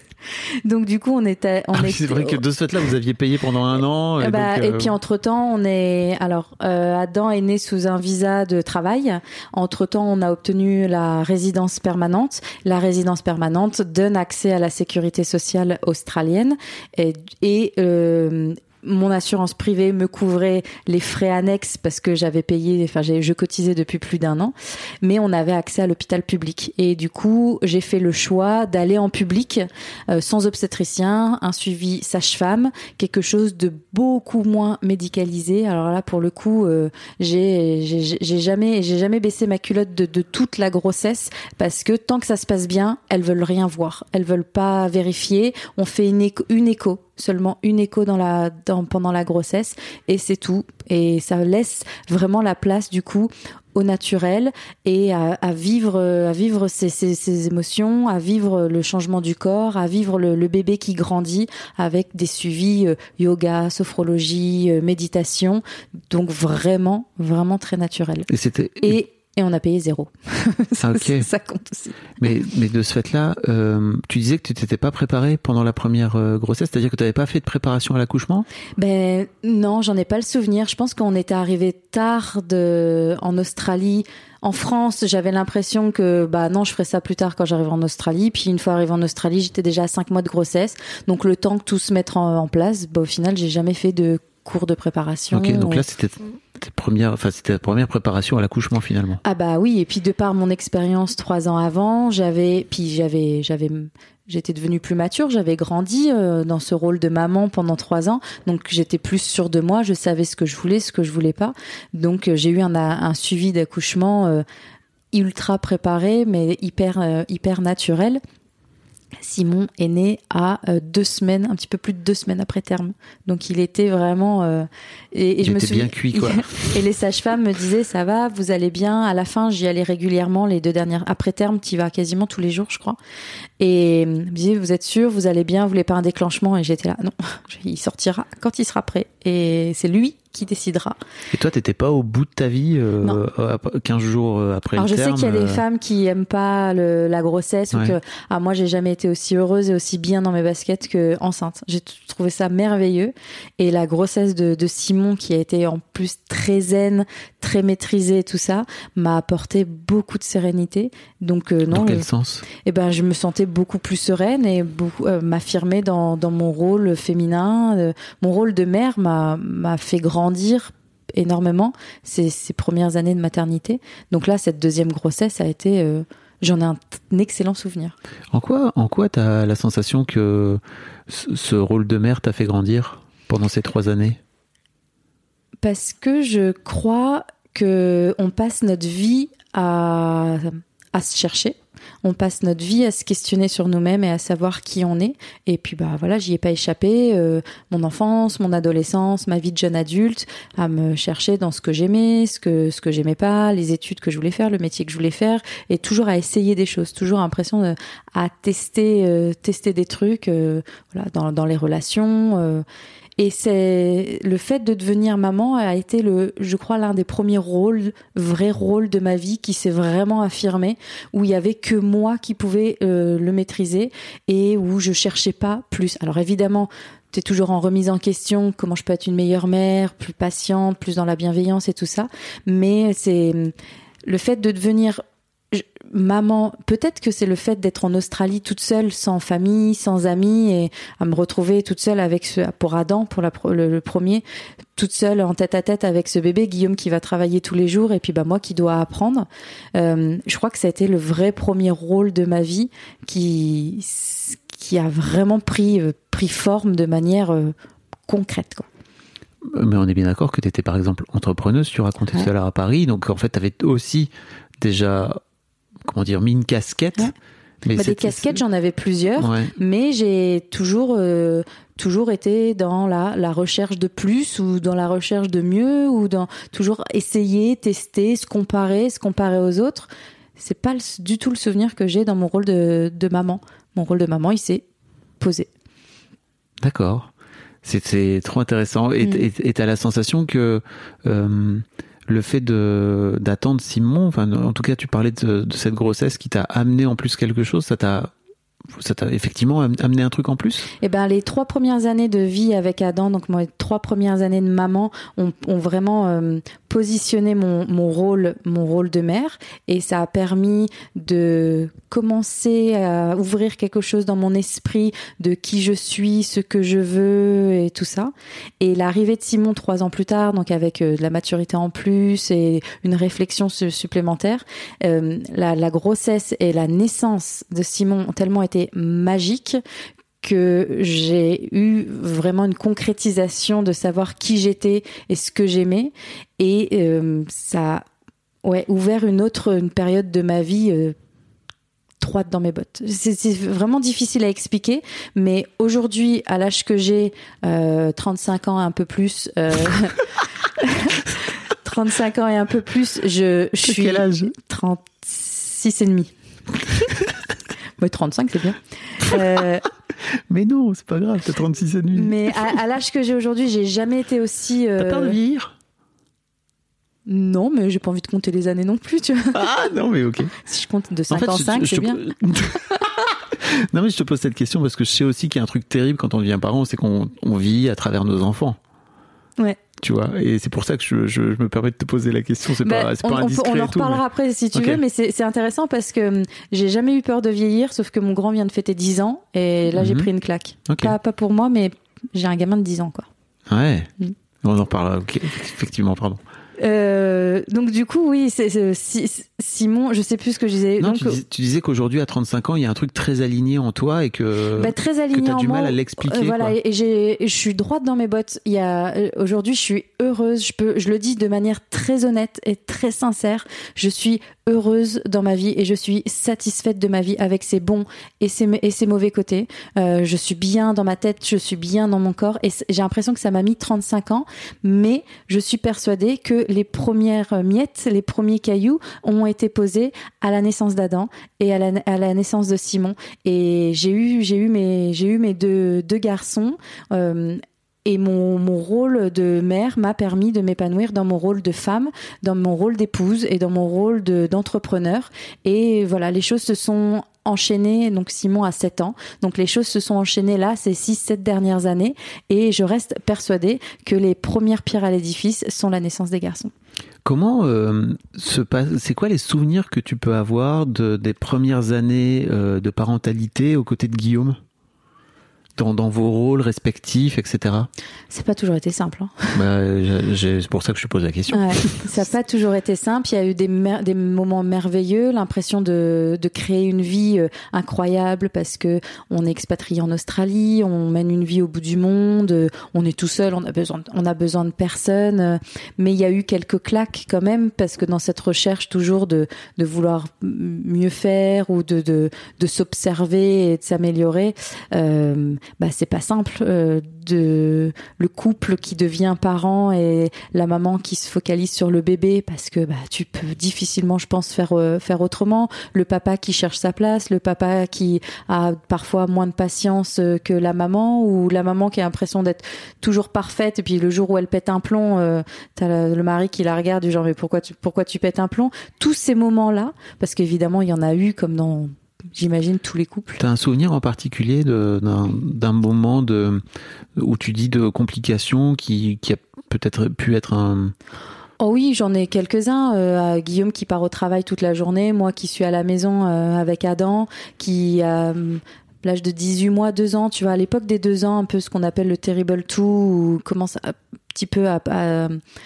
Donc du coup on était on ah, était... c'est vrai que de ce fait là vous aviez payé pendant un an et, bah, donc, euh... et puis entre temps on est alors euh, Adam est né sous un visa de travail. Entre temps on a obtenu la résidence permanente. La résidence permanente donne accès à la sécurité sociale australienne et, et euh, mon assurance privée me couvrait les frais annexes parce que j'avais payé, enfin j'ai, je cotisais depuis plus d'un an, mais on avait accès à l'hôpital public. Et du coup, j'ai fait le choix d'aller en public, euh, sans obstétricien, un suivi sage-femme, quelque chose de beaucoup moins médicalisé. Alors là, pour le coup, euh, j'ai, j'ai, j'ai jamais, j'ai jamais baissé ma culotte de, de toute la grossesse, parce que tant que ça se passe bien, elles veulent rien voir, elles veulent pas vérifier. On fait une écho, une écho. Seulement une écho dans la, dans, pendant la grossesse, et c'est tout. Et ça laisse vraiment la place du coup au naturel et à, à vivre, à vivre ses, ses, ses émotions, à vivre le changement du corps, à vivre le, le bébé qui grandit avec des suivis euh, yoga, sophrologie, euh, méditation. Donc vraiment, vraiment très naturel. Et c'était... Et Et on a payé zéro. ça, okay. ça compte aussi. Mais, mais de ce fait-là, euh, tu disais que tu t'étais pas préparée pendant la première euh, grossesse, c'est-à-dire que tu n'avais pas fait de préparation à l'accouchement ? Ben non, j'en ai pas le souvenir. Je pense qu'on était arrivé tard de en Australie. En France, j'avais l'impression que bah non, je ferais ça plus tard quand j'arrive en Australie. Puis une fois arrivée en Australie, j'étais déjà à cinq mois de grossesse. Donc le temps que tout se mette en, en place, bah au final, j'ai jamais fait de cours de préparation. Ok, donc là c'était ta première, enfin c'était ta première préparation à l'accouchement finalement. Ah bah oui, et puis de par mon expérience trois ans avant, j'avais, puis j'avais, j'avais, j'étais devenue plus mature, j'avais grandi euh, dans ce rôle de maman pendant trois ans, donc j'étais plus sûre de moi, je savais ce que je voulais, ce que je voulais pas, donc euh, j'ai eu un, un suivi d'accouchement euh, ultra préparé, mais hyper, euh, hyper naturel. Simon est né à euh, deux semaines, un petit peu plus de deux semaines après terme. Donc il était vraiment... Euh, et, et il je me était suis bien cuit, quoi. Et les sages-femmes me disaient, ça va, vous allez bien. À la fin, j'y allais régulièrement les deux dernières... Après terme, tu y vas quasiment tous les jours, je crois. Et ils me disaient, vous êtes sûr, vous allez bien, vous voulez pas un déclenchement ? Et j'étais là, non, il sortira quand il sera prêt. Et c'est lui qui décidera. Et toi, t'étais pas au bout de ta vie, euh, quinze jours après Alors le terme. Alors je sais qu'il y a des euh... femmes qui aiment pas le, la grossesse, ouais. Ou que ah moi j'ai jamais été aussi heureuse et aussi bien dans mes baskets que enceinte. J'ai t- trouvé ça merveilleux. Et la grossesse de, de Simon, qui a été en plus très zen, très maîtrisée et tout ça, m'a apporté beaucoup de sérénité. Donc euh, non. Dans quel euh, sens ? Eh ben je me sentais beaucoup plus sereine et beaucoup euh, m'affirmer dans dans mon rôle féminin. Euh, mon rôle de mère m'a m'a fait grandir grandir énormément ces, ces premières années de maternité. Donc là, cette deuxième grossesse a été... Euh, j'en ai un, un excellent souvenir. En quoi, en quoi t'as la sensation que ce, ce rôle de mère t'a fait grandir pendant ces trois années ? Parce que je crois qu'on passe notre vie à, à se chercher. On passe notre vie à se questionner sur nous-mêmes et à savoir qui on est. Et puis bah voilà, j'y ai pas échappé. Euh, mon enfance, mon adolescence, ma vie de jeune adulte, à me chercher dans ce que j'aimais, ce que ce que j'aimais pas, les études que je voulais faire, le métier que je voulais faire, et toujours à essayer des choses, toujours l'impression de, à tester euh, tester des trucs, euh, voilà, dans dans les relations. Euh, Et c'est le fait de devenir maman a été le, je crois, l'un des premiers rôles, vrais rôles de ma vie qui s'est vraiment affirmé, où il y avait que moi qui pouvais euh, le maîtriser et où je cherchais pas plus. Alors évidemment, t'es toujours en remise en question, comment je peux être une meilleure mère, plus patiente, plus dans la bienveillance et tout ça. Mais c'est le fait de devenir maman, peut-être que c'est le fait d'être en Australie toute seule, sans famille, sans amis, et à me retrouver toute seule avec ce, pour Adam, pour la, le, le premier, toute seule en tête à tête avec ce bébé, Guillaume qui va travailler tous les jours, et puis bah moi qui dois apprendre. Euh, je crois que ça a été le vrai premier rôle de ma vie qui, qui a vraiment pris, pris forme de manière euh, concrète, quoi. Mais on est bien d'accord que tu étais par exemple entrepreneuse, tu racontais ouais. cela à Paris, donc en fait tu avais aussi déjà, comment dire, mis une casquette. Ouais. Mais bah, des casquettes, j'en avais plusieurs, ouais. Mais j'ai toujours, euh, toujours été dans la, la recherche de plus ou dans la recherche de mieux ou dans toujours essayer, tester, se comparer, se comparer aux autres. C'est pas le, du tout le souvenir que j'ai dans mon rôle de, de maman. Mon rôle de maman, il s'est posé. D'accord. C'est, c'est trop intéressant. Et, mmh. et, et t'as la sensation que euh, le fait de, d'attendre Simon, enfin, en tout cas, tu parlais de, de cette grossesse qui t'a amené en plus quelque chose, ça t'a, ça t'a effectivement amené un truc en plus ? Eh ben, les trois premières années de vie avec Adam, donc mes trois premières années de maman, ont, ont vraiment euh, positionné mon, mon rôle, mon rôle de mère, et ça a permis de commencer à ouvrir quelque chose dans mon esprit de qui je suis, ce que je veux et tout ça. Et l'arrivée de Simon trois ans plus tard, donc avec euh, de la maturité en plus et une réflexion supplémentaire, euh, la, la grossesse et la naissance de Simon ont tellement été magiques que j'ai eu vraiment une concrétisation de savoir qui j'étais et ce que j'aimais, et euh, ça a ouais, ouvert une autre une période de ma vie euh, droite dans mes bottes. C'est, c'est vraiment difficile à expliquer, mais aujourd'hui, à l'âge que j'ai, euh, trente-cinq ans, un peu plus, euh, trente-cinq ans et un peu plus, je, je suis... Quel âge ? trente-six et demi. Mais trente-cinq, c'est bien. Euh... Mais non, c'est pas grave, t'as trente-six et demi. Mais à, à l'âge que j'ai aujourd'hui, j'ai jamais été aussi... Euh... T'as peur de vieillir ? Non, mais j'ai pas envie de compter les années non plus, tu vois. Ah non, mais ok. Si je compte de cinq en fait, en cinq, c'est te... bien. Non, mais je te pose cette question parce que je sais aussi qu'il y a un truc terrible quand on devient parent, c'est qu'on on vit à travers nos enfants. Ouais. Tu vois, et c'est pour ça que je, je, je me permets de te poser la question. C'est bah, pas, c'est on, pas indiscret. On, on en et tout, reparlera mais... après si tu okay. veux, mais c'est, c'est intéressant parce que j'ai jamais eu peur de vieillir, sauf que mon grand vient de fêter dix ans et là mm-hmm. j'ai pris une claque. Okay. Pas, pas pour moi, mais j'ai un gamin de dix ans, quoi. Ouais. Mm. On en reparlera. Ok, effectivement, pardon. Euh, donc du coup oui c'est, c'est, c'est Simon, je sais plus ce que je disais. Non, donc, tu, dis, tu disais qu'aujourd'hui à trente-cinq ans il y a un truc très aligné en toi et que bah, très aligné que t'as en du moi, mal à l'expliquer. Euh, voilà, quoi. et j'ai, je suis droite dans mes bottes. Il y a aujourd'hui je suis heureuse. Je peux, je le dis de manière très honnête et très sincère. Je suis heureuse dans ma vie et je suis satisfaite de ma vie avec ses bons et ses, et ses mauvais côtés. Euh, je suis bien dans ma tête, je suis bien dans mon corps et j'ai l'impression que ça m'a mis trente-cinq ans, mais je suis persuadée que les premières miettes, les premiers cailloux ont été posés à la naissance d'Adam et à la, à la naissance de Simon. Et j'ai eu, j'ai eu mes, j'ai eu mes deux, deux garçons. Euh, Et mon, mon rôle de mère m'a permis de m'épanouir dans mon rôle de femme, dans mon rôle d'épouse et dans mon rôle de, d'entrepreneur. Et voilà, les choses se sont enchaînées. Donc Simon a sept ans. Donc les choses se sont enchaînées là, ces six sept dernières années. Et je reste persuadée que les premières pierres à l'édifice sont la naissance des garçons. Comment euh, se passe, c'est quoi les souvenirs que tu peux avoir de, des premières années euh, de parentalité aux côtés de Guillaume ? Dans, dans vos rôles respectifs, et cetera. C'est pas toujours été simple. Hein. Bah, j'ai, j'ai, c'est pour ça que je te pose la question. Ouais, ça n'a pas toujours été simple. Il y a eu des, mer- des moments merveilleux, l'impression de, de créer une vie euh, incroyable parce que on est expatrié en Australie, on mène une vie au bout du monde, euh, on est tout seul, on a besoin, de, on a besoin de personne. Euh, mais il y a eu quelques claques quand même parce que dans cette recherche toujours de, de vouloir mieux faire ou de, de, de s'observer et de s'améliorer. Euh, Bah c'est pas simple euh, de le couple qui devient parent et la maman qui se focalise sur le bébé parce que bah tu peux difficilement je pense faire euh, faire autrement, le papa qui cherche sa place, le papa qui a parfois moins de patience que la maman ou la maman qui a l'impression d'être toujours parfaite et puis le jour où elle pète un plomb euh, t'as le, le mari qui la regarde du genre mais pourquoi tu pourquoi tu pètes un plomb, tous ces moments-là parce qu'évidemment il y en a eu comme dans j'imagine tous les couples. T'as un souvenir en particulier de, d'un, d'un moment de, où tu dis de complications qui, qui a peut-être pu être un... Oh oui, j'en ai quelques-uns. Euh, Guillaume qui part au travail toute la journée, moi qui suis à la maison euh, avec Adam, qui a euh, l'âge de dix-huit mois, deux ans, tu vois, à l'époque des deux ans, un peu ce qu'on appelle le terrible two, où commence un petit peu à... à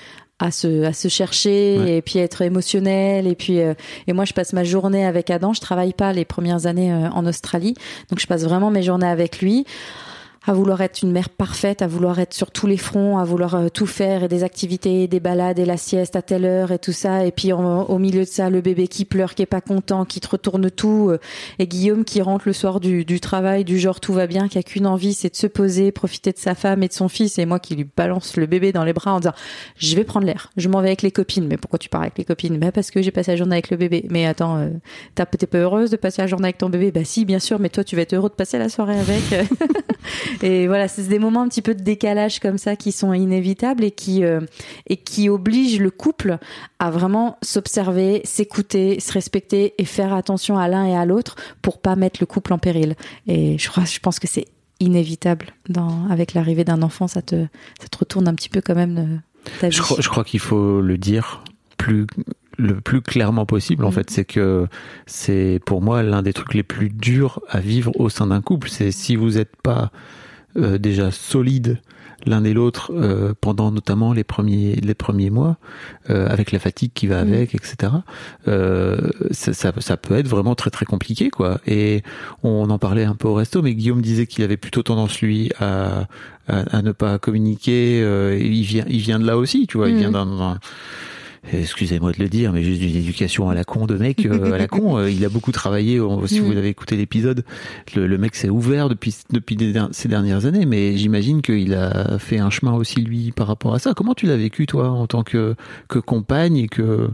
à se à se chercher ouais. Et puis être émotionnel et puis euh, et moi je passe ma journée avec Adam, je travaille pas les premières années euh, en Australie, donc je passe vraiment mes journées avec lui à vouloir être une mère parfaite, à vouloir être sur tous les fronts, à vouloir euh, tout faire et des activités, des balades et la sieste à telle heure et tout ça. Et puis en, au milieu de ça, le bébé qui pleure, qui est pas content, qui te retourne tout. Euh, et Guillaume qui rentre le soir du, du travail, du genre tout va bien, qui a qu'une envie, c'est de se poser, profiter de sa femme et de son fils. Et moi qui lui balance le bébé dans les bras en disant je vais prendre l'air, je m'en vais avec les copines. Mais pourquoi tu pars avec les copines? Bah parce que j'ai passé la journée avec le bébé. Mais attends, euh, t'as, t'es pas heureuse de passer la journée avec ton bébé? Bah si, bien sûr, mais toi tu vas être heureux de passer la soirée avec. Et voilà, c'est des moments un petit peu de décalage comme ça qui sont inévitables et qui euh, et qui obligent le couple à vraiment s'observer, s'écouter, se respecter et faire attention à l'un et à l'autre pour pas mettre le couple en péril. Et je crois, je pense que c'est inévitable dans avec l'arrivée d'un enfant, ça te ça te retourne un petit peu quand même de ta vie. Je crois, je crois qu'il faut le dire plus le plus clairement possible en mmh. fait, c'est que c'est pour moi l'un des trucs les plus durs à vivre au sein d'un couple. C'est si vous n'êtes pas euh, déjà solide l'un et l'autre euh, pendant notamment les premiers les premiers mois, euh, avec la fatigue qui va avec, mmh. et cetera. Euh, ça, ça, ça peut être vraiment très très compliqué, quoi. Et on en parlait un peu au resto, mais Guillaume disait qu'il avait plutôt tendance lui à à, à ne pas communiquer. Euh, il vient il vient de là aussi, tu vois. Mmh. Il vient d'un, d'un excusez-moi de le dire, mais juste d'une éducation à la con de mec, euh, à la con. Euh, il a beaucoup travaillé. On, si mmh. vous avez écouté l'épisode, le, le mec s'est ouvert depuis depuis des, ces dernières années, mais j'imagine qu'il a fait un chemin aussi lui par rapport à ça. Comment tu l'as vécu toi en tant que que compagne et que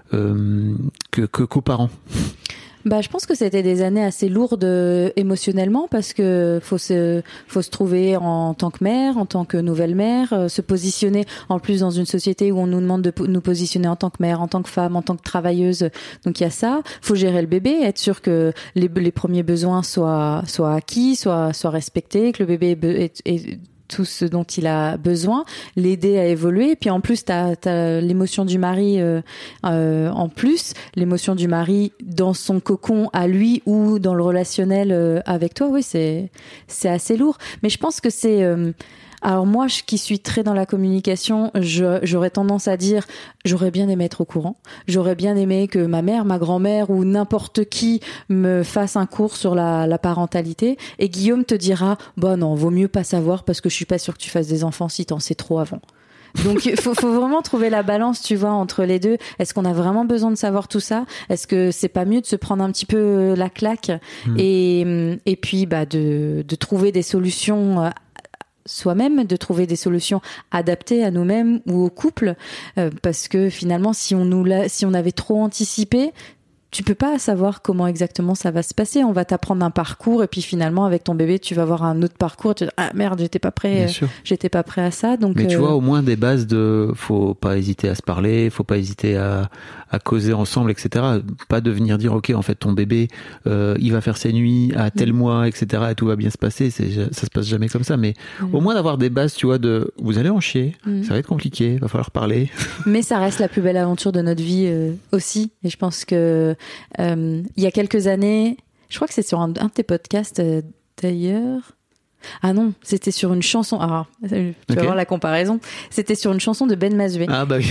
euh, que, que coparent? Bah, je pense que c'était des années assez lourdes euh, émotionnellement parce que faut se, faut se trouver en tant que mère, en tant que nouvelle mère, euh, se positionner en plus dans une société où on nous demande de po- nous positionner en tant que mère, en tant que femme, en tant que travailleuse. Donc il y a ça. Faut gérer le bébé, être sûr que les, les premiers besoins soient, soient acquis, soient, soient respectés, que le bébé est, est, est tout ce dont il a besoin, l'aider à évoluer. Puis en plus, t'as, t'as l'émotion du mari euh, euh, en plus, l'émotion du mari dans son cocon à lui ou dans le relationnel euh, avec toi. Oui, c'est c'est assez lourd. Mais je pense que c'est euh, alors moi, je, qui suis très dans la communication, je, j'aurais tendance à dire, j'aurais bien aimé être au courant. J'aurais bien aimé que ma mère, ma grand-mère ou n'importe qui me fasse un cours sur la, la parentalité. Et Guillaume te dira, bah non, vaut mieux pas savoir parce que je suis pas sûre que tu fasses des enfants si t'en sais trop avant. Donc il faut, faut vraiment trouver la balance, tu vois, entre les deux. Est-ce qu'on a vraiment besoin de savoir tout ça? Est-ce que c'est pas mieux de se prendre un petit peu la claque mmh. et, et puis bah de, de trouver des solutions soi-même, de trouver des solutions adaptées à nous-mêmes ou au couple, euh, parce que finalement, si on nous l'a, si on avait trop anticipé, tu peux pas savoir comment exactement ça va se passer. On va t'apprendre un parcours et puis finalement avec ton bébé tu vas avoir un autre parcours. Tu vas dire, ah merde, j'étais pas prêt, euh, j'étais pas prêt à ça. Donc mais tu euh... vois au moins des bases de, faut pas hésiter à se parler, faut pas hésiter à à causer ensemble, et cetera. Pas de venir dire ok en fait ton bébé euh, il va faire ses nuits à tel mmh. mois, et cetera. Et tout va bien se passer. C'est ça se passe jamais comme ça. Mais mmh. au moins d'avoir des bases, tu vois, de vous allez en chier, mmh. ça va être compliqué, va falloir parler. Mais ça reste la plus belle aventure de notre vie euh, aussi. Et je pense que Euh, il y a quelques années, je crois que c'est sur un, un de tes podcasts euh, d'ailleurs. Ah non, c'était sur une chanson. Ah, tu okay. vas voir la comparaison. C'était sur une chanson de Ben Mazué. Ah bah oui.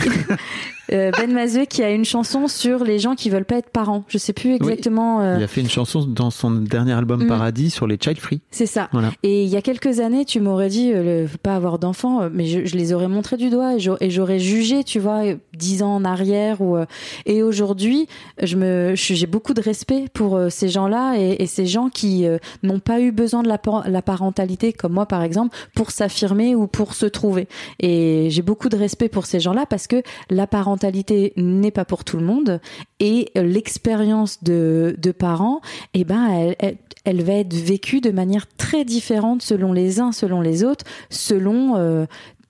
euh, Ben Mazué qui a une chanson sur les gens qui veulent pas être parents. Je sais plus exactement. Oui. Euh... Il a fait une chanson dans son dernier album mmh. Paradis sur les child free. C'est ça. Voilà. Et il y a quelques années, tu m'aurais dit euh, le, pas avoir d'enfants, mais je, je les aurais montrés du doigt et j'aurais, et j'aurais jugé, tu vois, dix ans en arrière. Ou euh, et aujourd'hui, je me, je, j'ai beaucoup de respect pour euh, ces gens-là et, et ces gens qui euh, n'ont pas eu besoin de la, la parentalité comme moi par exemple pour s'affirmer ou pour se trouver. Et j'ai beaucoup de respect pour ces gens-là parce que la parentalité n'est pas pour tout le monde et l'expérience de, de parents, eh ben, elle, elle, elle va être vécue de manière très différente selon les uns, selon les autres, selon euh,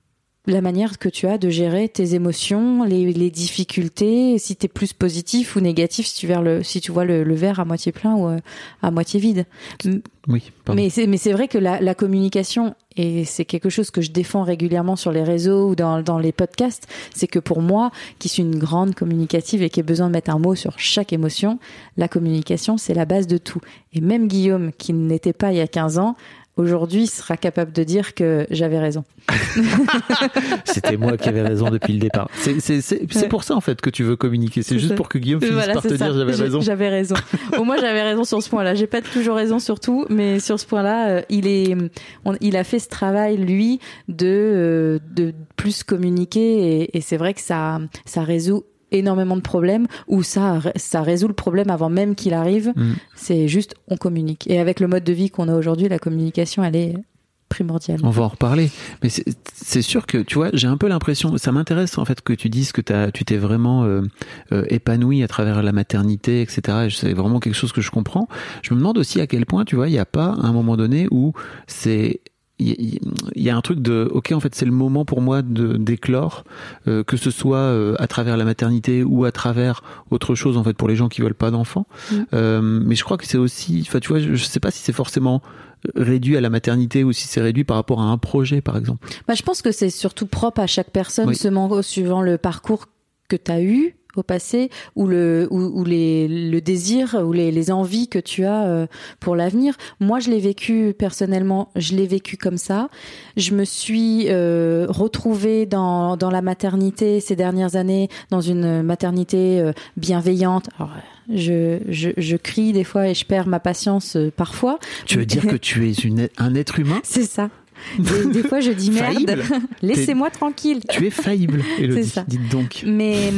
la manière que tu as de gérer tes émotions, les, les difficultés, si tu es plus positif ou négatif, si tu, vers le, si tu vois le, le verre à moitié plein ou à moitié vide. Oui, pardon. Mais c'est, mais c'est vrai que la, la communication, et c'est quelque chose que je défends régulièrement sur les réseaux ou dans, dans les podcasts, c'est que pour moi, qui suis une grande communicative et qui ai besoin de mettre un mot sur chaque émotion, la communication, c'est la base de tout. Et même Guillaume, qui n'était pas il y a quinze ans, aujourd'hui sera capable de dire que j'avais raison. C'était moi qui avais raison depuis le départ. C'est, c'est, c'est, c'est pour ça en fait que tu veux communiquer. C'est, c'est juste ça. Pour que Guillaume finisse voilà, par te ça. Dire j'avais raison. J'avais raison. Au moins j'avais raison sur ce point-là. J'ai pas toujours raison sur tout, mais sur ce point-là, euh, il est, on, il a fait ce travail lui de euh, de plus communiquer et, et c'est vrai que ça ça résout énormément de problèmes ou ça ça résout le problème avant même qu'il arrive. Mmh. C'est juste on communique et avec le mode de vie qu'on a aujourd'hui, la communication elle est primordiale. On va en reparler, mais c'est, c'est sûr que tu vois, j'ai un peu l'impression, ça m'intéresse en fait que tu dises que t'as, tu t'es vraiment euh, euh, épanoui à travers la maternité, et cetera. Et c'est vraiment quelque chose que je comprends. Je me demande aussi à quel point, tu vois, il n'y a pas un moment donné où c'est il y a un truc de ok en fait c'est le moment pour moi de d'éclore euh, que ce soit euh, à travers la maternité ou à travers autre chose en fait pour les gens qui veulent pas d'enfants mmh. euh, mais je crois que c'est aussi enfin tu vois je, je sais pas si c'est forcément réduit à la maternité ou si c'est réduit par rapport à un projet par exemple. Bah je pense que c'est surtout propre à chaque personne oui. seulement suivant le parcours que tu as eu au passé ou le ou, ou les le désir ou les les envies que tu as euh, pour l'avenir. Moi, je l'ai vécu personnellement, je l'ai vécu comme ça. Je me suis euh, retrouvée dans dans la maternité ces dernières années, dans une maternité euh, bienveillante. Alors, je je je crie des fois et je perds ma patience euh, parfois. Tu veux dire que tu es une un être humain ? C'est ça. Des, des fois, je dis merde, Faillible. laissez-moi tranquille. Tu es faillible, Élodie. C'est ça. Dites donc. Mais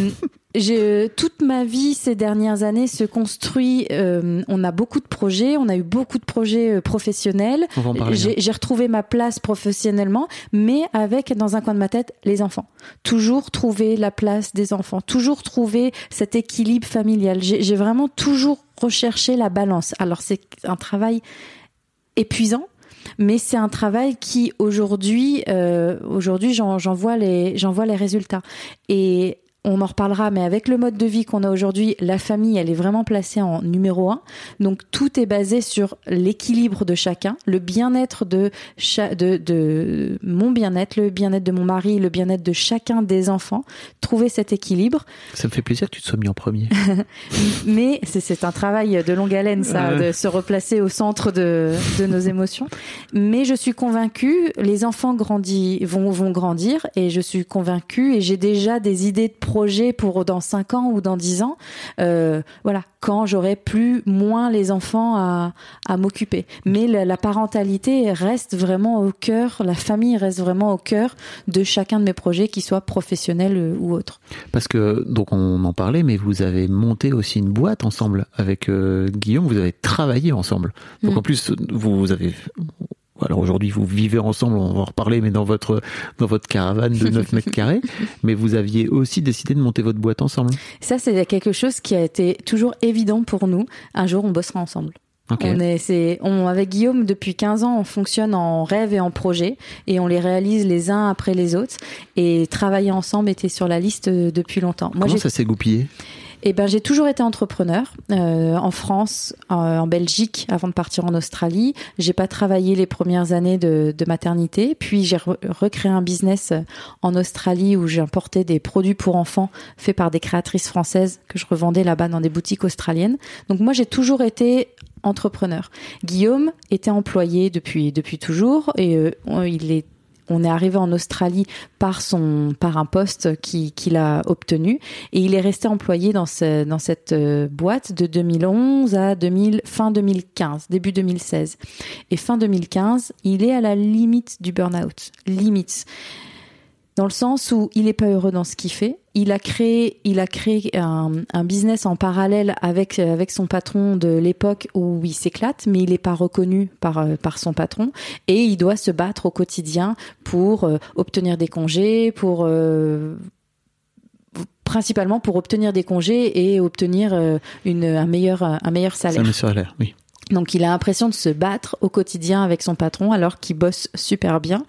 je, toute ma vie ces dernières années se construit. Euh, on a beaucoup de projets, on a eu beaucoup de projets euh, professionnels. On va en parler. J'ai, j'ai retrouvé ma place professionnellement, mais avec dans un coin de ma tête les enfants. Toujours trouver la place des enfants, toujours trouver cet équilibre familial. J'ai, j'ai vraiment toujours recherché la balance. Alors c'est un travail épuisant. Mais c'est un travail qui aujourd'hui, euh, aujourd'hui, j'en, j'en vois les, j'en vois les résultats. Et on en reparlera, mais avec le mode de vie qu'on a aujourd'hui, la famille, elle est vraiment placée en numéro un. Donc tout est basé sur l'équilibre de chacun, le bien-être de, cha- de, de mon bien-être, le bien-être de mon mari, le bien-être de chacun des enfants. Trouver cet équilibre. Ça me fait plaisir que tu te sois mis en premier. Mais c'est, c'est un travail de longue haleine, ça, euh... de se replacer au centre de, de nos émotions. Mais je suis convaincue, les enfants grandis, vont, vont grandir, et je suis convaincue, et j'ai déjà des idées de projet pour dans cinq ans ou dans dix ans, euh, voilà, quand j'aurai plus moins les enfants à, à m'occuper. Mais la, la parentalité reste vraiment au cœur, la famille reste vraiment au cœur de chacun de mes projets, qu'ils soient professionnels ou autres. Parce que, donc on en parlait, mais vous avez monté aussi une boîte ensemble avec euh, Guillaume, vous avez travaillé ensemble. Donc mmh. en plus, vous, vous avez... Alors aujourd'hui, vous vivez ensemble, on va en reparler, mais dans votre, dans votre caravane de neuf mètres carrés. Mais vous aviez aussi décidé de monter votre boîte ensemble. Ça, c'est quelque chose qui a été toujours évident pour nous. Un jour, on bossera ensemble. Okay. On est, c'est, on, avec Guillaume, depuis quinze ans, on fonctionne en rêve et en projet, et on les réalise les uns après les autres. Et travailler ensemble était sur la liste depuis longtemps. Moi, Comment j'ai... ça s'est goupillé ? Eh ben, j'ai toujours été entrepreneur euh, en France, euh, en Belgique, avant de partir en Australie. J'ai pas travaillé les premières années de, de maternité. Puis j'ai re- recréé un business en Australie où j'ai importé des produits pour enfants faits par des créatrices françaises que je revendais là-bas dans des boutiques australiennes. Donc moi, j'ai toujours été entrepreneur. Guillaume était employé depuis depuis toujours, et euh, il est On est arrivé en Australie par son, par un poste qui, qu'il a obtenu, et il est resté employé dans ce, dans cette boîte de deux mille onze à deux mille, fin deux mille quinze, début deux mille seize. Et fin deux mille quinze, il est à la limite du burn-out. Limite. Dans le sens où il est pas heureux dans ce qu'il fait. Il a créé, il a créé un, un business en parallèle avec, avec son patron de l'époque où il s'éclate, mais il est pas reconnu par, par son patron, et il doit se battre au quotidien pour euh, obtenir des congés, pour, euh, principalement pour obtenir des congés et obtenir euh, une, un meilleur, un meilleur salaire. Un meilleur salaire, oui. Donc il a l'impression de se battre au quotidien avec son patron alors qu'il bosse super bien.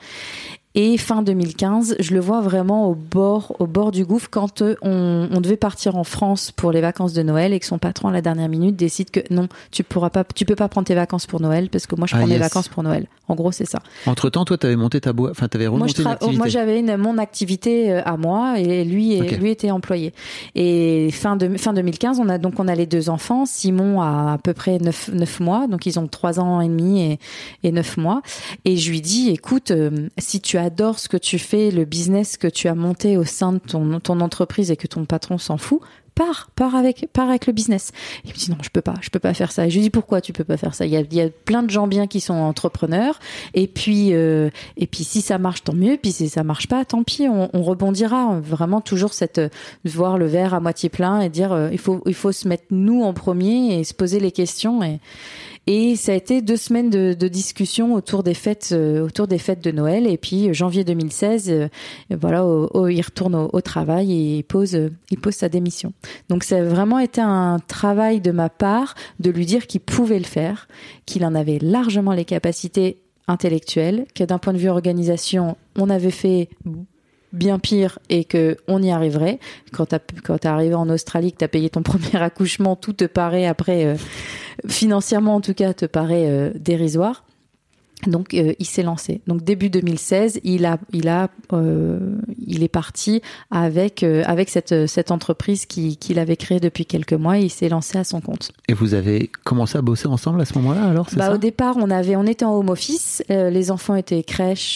Et fin deux mille quinze, je le vois vraiment au bord, au bord du gouffre quand on, on devait partir en France pour les vacances de Noël, et que son patron à la dernière minute décide que non, tu pourras pas, tu peux pas prendre tes vacances pour Noël parce que moi je prends ah, mes yes. vacances pour Noël. En gros, c'est ça. Entre temps, toi, t'avais monté ta boîte, enfin, t'avais remonté moi, je tra- une activité. Moi, j'avais une, mon activité à moi, et lui, okay. lui était employé. Et fin de, fin deux mille quinze, on a donc, on a les deux enfants. Simon a à peu près neuf, neuf mois. Donc, ils ont trois ans et demi et, et neuf mois. Et je lui dis, écoute, euh, si tu adores ce que tu fais, le business que tu as monté au sein de ton, ton entreprise, et que ton patron s'en fout, pars, pars avec, pars avec le business. Il me dit non, je peux pas, je peux pas faire ça. Et je lui dis pourquoi tu peux pas faire ça? Il y a, il y a plein de gens bien qui sont entrepreneurs. Et puis, euh, et puis si ça marche, tant mieux. Puis si ça marche pas, tant pis, on, on rebondira. Vraiment toujours cette, voir le verre à moitié plein et dire, euh, il faut, il faut se mettre nous en premier et se poser les questions. Et, Et ça a été deux semaines de, de discussion autour des fêtes, euh, autour des fêtes de Noël. Et puis janvier deux mille seize, euh, voilà, au, au, il retourne au, au travail et il pose, euh, il pose sa démission. Donc ça a vraiment été un travail de ma part de lui dire qu'il pouvait le faire, qu'il en avait largement les capacités intellectuelles, que d'un point de vue organisation, on avait fait bien pire et que on y arriverait. Quand t'as, quand t'es arrivé en Australie, que t'as payé ton premier accouchement, tout te paraît après, euh, financièrement en tout cas, te paraît euh, dérisoire. Donc euh, il s'est lancé. Donc début deux mille seize, il a, il a, euh, il est parti avec euh, avec cette cette entreprise qui qu'il avait créée depuis quelques mois. Et il s'est lancé à son compte. Et vous avez commencé à bosser ensemble à ce moment-là, alors c'est bah, ça ? Au départ, on avait, on était en home office. Euh, les enfants étaient crèche.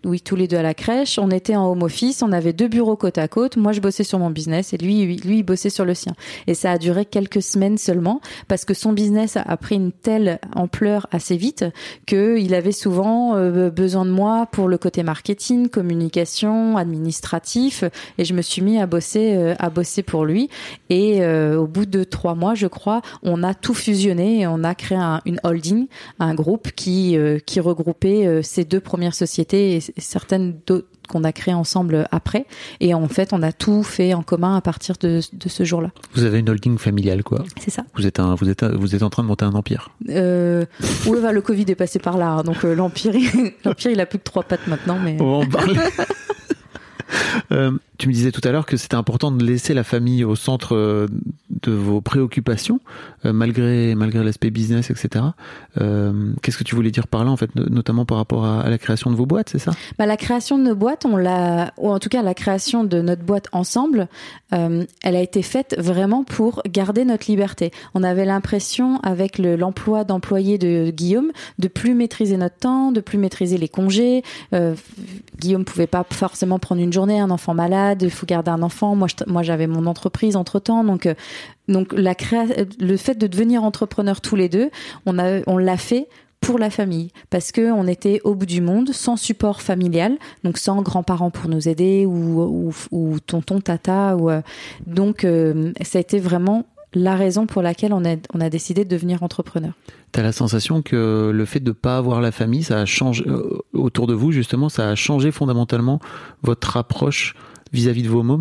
oui, tous les deux à la crèche. On était en home office, on avait deux bureaux côte à côte. Moi, je bossais sur mon business et lui, lui, il bossait sur le sien. Et ça a duré quelques semaines seulement parce que son business a pris une telle ampleur assez vite qu'il avait souvent euh, besoin de moi pour le côté marketing, communication, administratif. Et je me suis mis à bosser, euh, à bosser pour lui. Et euh, au bout de trois mois, je crois, on a tout fusionné et on a créé un, une holding, un groupe qui, euh, qui regroupait euh, ces deux premières sociétés et certaines d'autres qu'on a créées ensemble après. Et en fait, on a tout fait en commun à partir de, de ce jour-là. Vous avez une holding familiale, quoi. C'est ça. Vous êtes, un, vous êtes, un, vous êtes en train de monter un empire. Euh, oui, bah, le Covid est passé par là. Hein, donc euh, l'empire, il, l'empire, il a plus que trois pattes maintenant. Mais... On va en parler. Euh, tu me disais tout à l'heure que c'était important de laisser la famille au centre euh, de vos préoccupations, euh, malgré malgré l'aspect business, et cetera. Euh, qu'est-ce que tu voulais dire par là, en fait, notamment par rapport à, à la création de vos boîtes, c'est ça ? Bah, la création de nos boîtes, on l'a, ou en tout cas la création de notre boîte ensemble, euh, elle a été faite vraiment pour garder notre liberté. On avait l'impression, avec le, l'emploi d'employés de Guillaume, de plus maîtriser notre temps, de plus maîtriser les congés. Euh, Guillaume pouvait pas forcément prendre une journée, un enfant malade, il faut garder un enfant. Moi, je, moi, j'avais mon entreprise entre temps, donc, euh, donc la créa, le fait de devenir entrepreneur tous les deux, on a, on l'a fait pour la famille, parce que on était au bout du monde, sans support familial, donc sans grands-parents pour nous aider ou, ou, ou tonton, tata, ou euh, donc euh, ça a été vraiment la raison pour laquelle on a, on a décidé de devenir entrepreneur. T'as la sensation que le fait de ne pas avoir la famille, ça a changé, euh, autour de vous justement, ça a changé fondamentalement votre approche vis-à-vis de vos mômes ?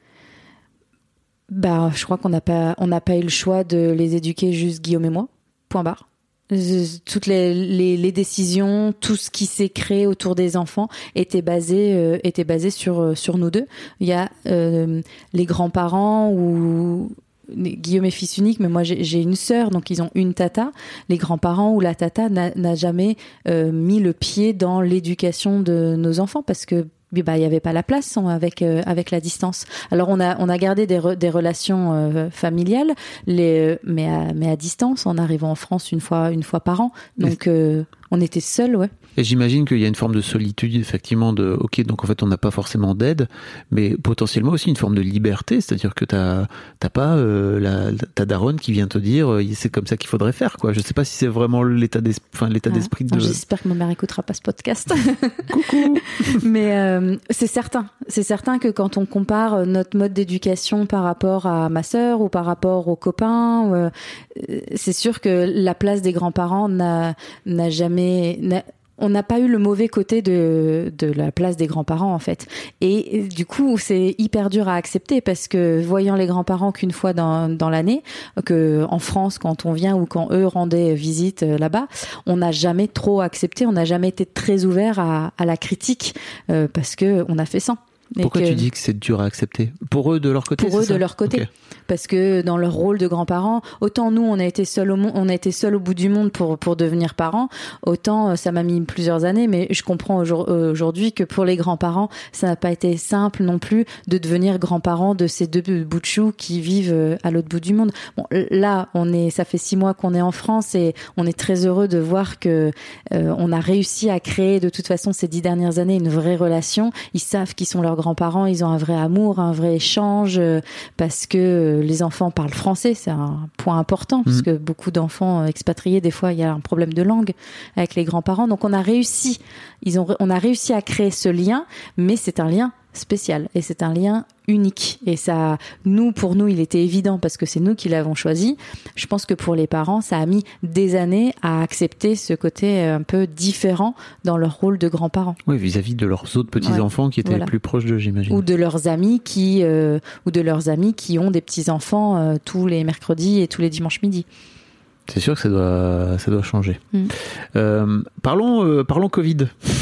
Bah, je crois qu'on n'a pas, on n'a pas eu le choix de les éduquer, juste Guillaume et moi, point barre. Toutes les, les, les décisions, tout ce qui s'est créé autour des enfants était basé, euh, était basé sur, sur nous deux. Il y a euh, les grands-parents ou... Guillaume est fils unique, mais moi j'ai, j'ai une sœur, donc ils ont une tata. Les grands-parents ou la tata n'a, n'a jamais euh, mis le pied dans l'éducation de nos enfants parce que bah il y avait pas la place avec euh, avec la distance. Alors on a on a gardé des re, des relations euh, familiales, les mais à mais à distance en arrivant en France une fois une fois par an. Donc euh, on était seuls, ouais. Et j'imagine qu'il y a une forme de solitude, effectivement, de ok, donc en fait on n'a pas forcément d'aide, mais potentiellement aussi une forme de liberté, c'est-à-dire que t'as t'as pas euh, la ta daronne qui vient te dire euh, c'est comme ça qu'il faudrait faire, quoi. Je sais pas si c'est vraiment l'état d'esprit, enfin l'état ah, d'esprit de. J'espère que ma mère écoutera pas ce podcast. Coucou. Mais euh, c'est certain, c'est certain que quand on compare notre mode d'éducation par rapport à ma sœur ou par rapport aux copains, euh, c'est sûr que la place des grands-parents n'a n'a jamais n'a, on n'a pas eu le mauvais côté de de la place des grands-parents en fait. Et du coup, c'est hyper dur à accepter parce que voyant les grands-parents qu'une fois dans dans l'année, que en France quand on vient ou quand eux rendaient visite là-bas, on n'a jamais trop accepté, on n'a jamais été très ouvert à à la critique euh, parce que on a fait sans. Pourquoi que, tu dis que c'est dur à accepter ? Pour eux de leur côté ? Pour eux c'est ça de leur côté. Okay. Parce que dans leur rôle de grands-parents, autant nous on a été seuls au monde, on a été seuls au bout du monde pour pour devenir parents, autant ça m'a mis plusieurs années, mais je comprends aujourd'hui que pour les grands-parents, ça n'a pas été simple non plus de devenir grands-parents de ces deux bouts de chou qui vivent à l'autre bout du monde. Bon, là, on est, ça fait six mois qu'on est en France et on est très heureux de voir que euh, on a réussi à créer de toute façon ces dix dernières années une vraie relation. Ils savent qui sont leurs grands-parents, ils ont un vrai amour, un vrai échange, euh, parce que les enfants parlent français, c'est un point important, parce que beaucoup d'enfants expatriés, des fois, il y a un problème de langue avec les grands-parents. Donc on a réussi, ils ont, on a réussi à créer ce lien, mais c'est un lien spécial et c'est un lien unique. Et ça, nous, pour nous, il était évident parce que c'est nous qui l'avons choisi. Je pense que pour les parents, ça a mis des années à accepter ce côté un peu différent dans leur rôle de grands-parents. Oui, vis-à-vis de leurs autres petits-enfants ouais, qui étaient voilà. plus proches d'eux, j'imagine. Ou de leurs amis qui, euh, ou de leurs amis qui ont des petits-enfants euh, tous les mercredis et tous les dimanches midi. C'est sûr que ça doit, ça doit changer. Mmh. Euh, parlons, euh, parlons Covid.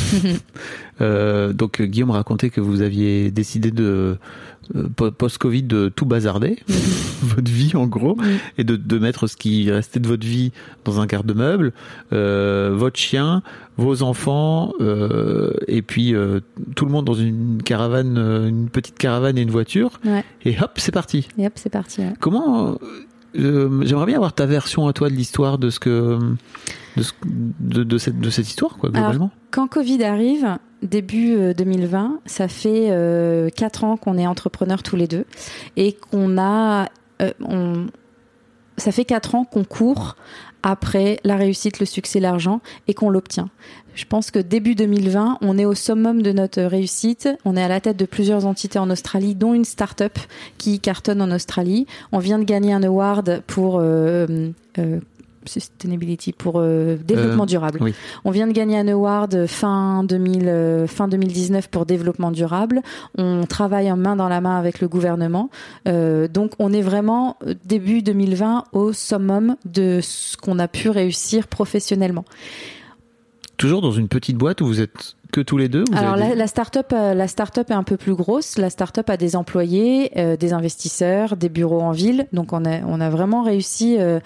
euh, donc Guillaume racontait que vous aviez décidé de euh, post-Covid de tout bazarder, mmh. votre vie en gros, mmh. et de, de mettre ce qui restait de votre vie dans un garde-meuble, euh, votre chien, vos enfants, euh, et puis euh, tout le monde dans une caravane, une petite caravane et une voiture, ouais. et hop, c'est parti. Et hop, c'est parti. Ouais. Comment euh, Euh, j'aimerais bien avoir ta version à toi de l'histoire de ce que de, ce, de, de, cette, de cette histoire, quoi, globalement. Alors, quand Covid arrive, début deux mille vingt, ça fait euh, quatre ans qu'on est entrepreneurs tous les deux et qu'on a... Euh, on, ça fait quatre ans qu'on court après la réussite, le succès, l'argent et qu'on l'obtient. Je pense que début deux mille vingt, on est au summum de notre réussite. On est à la tête de plusieurs entités en Australie, dont une start-up qui cartonne en Australie. On vient de gagner un award pour euh, euh, sustainability, pour euh, développement euh, durable. Oui. On vient de gagner un award fin deux mille, euh, fin deux mille dix-neuf pour développement durable. On travaille en main dans la main avec le gouvernement. Euh, donc, on est vraiment début deux mille vingt au summum de ce qu'on a pu réussir professionnellement. Toujours dans une petite boîte où vous êtes que tous les deux? Vous Alors avez la, dit... la start-up, euh, la start-up est un peu plus grosse. La start-up a des employés, euh, des investisseurs, des bureaux en ville. Donc on a, on a vraiment réussi euh,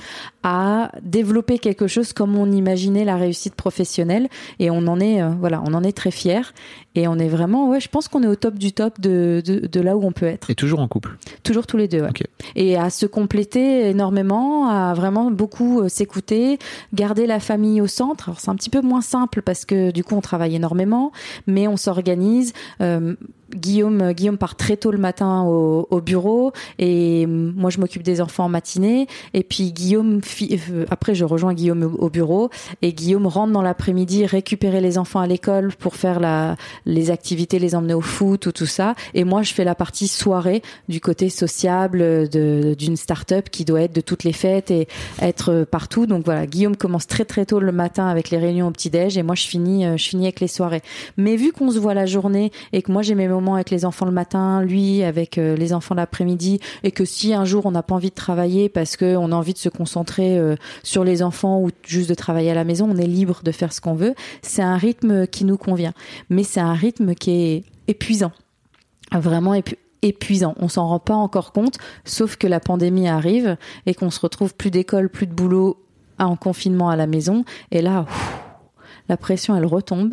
à développer quelque chose comme on imaginait la réussite professionnelle. Et on en est, euh, voilà, on en est très fiers. Et on est vraiment, ouais, je pense qu'on est au top du top de, de, de là où on peut être. Et toujours en couple? Toujours tous les deux, ouais. Okay. Et à se compléter énormément, à vraiment beaucoup euh, s'écouter, garder la famille au centre. Alors c'est un petit peu moins simple parce que du coup on travaille énormément, mais on s'organise. Euh, Guillaume, Guillaume part très tôt le matin au, au bureau et moi je m'occupe des enfants en matinée et puis Guillaume, euh, après je rejoins Guillaume au, au bureau et Guillaume rentre dans l'après-midi récupérer les enfants à l'école pour faire la, les activités, les emmener au foot ou tout ça et moi je fais la partie soirée du côté sociable de, d'une start-up qui doit être de toutes les fêtes et être partout. Donc voilà, Guillaume commence très très tôt le matin avec les réunions au petit-déj et moi je finis, je finis avec les soirées. Mais vu qu'on se voit la journée et que moi j'ai mes moments avec les enfants le matin, lui avec euh, les enfants l'après-midi, et que si un jour on n'a pas envie de travailler parce qu'on a envie de se concentrer euh, sur les enfants ou juste de travailler à la maison, on est libre de faire ce qu'on veut. C'est un rythme qui nous convient, mais c'est un rythme qui est épuisant, vraiment épu- épuisant. On s'en rend pas encore compte, sauf que la pandémie arrive et qu'on se retrouve plus d'école, plus de boulot, en confinement à la maison, et là... Ouf, la pression, elle retombe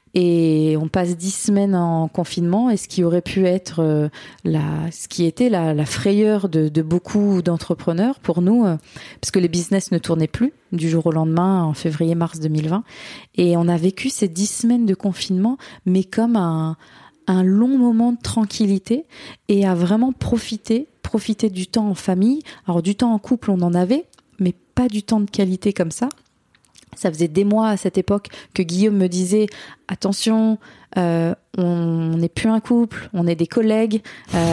et on passe dix semaines en confinement et ce qui aurait pu être euh, la, ce qui était la, la frayeur de, de beaucoup d'entrepreneurs pour nous, euh, parce que les business ne tournaient plus du jour au lendemain en février-mars deux mille vingt et on a vécu ces dix semaines de confinement, mais comme un, un long moment de tranquillité et à vraiment profiter, profiter du temps en famille. Alors du temps en couple, on en avait, mais pas du temps de qualité comme ça. Ça faisait des mois à cette époque que Guillaume me disait « Attention, euh, on n'est plus un couple, on est des collègues euh, »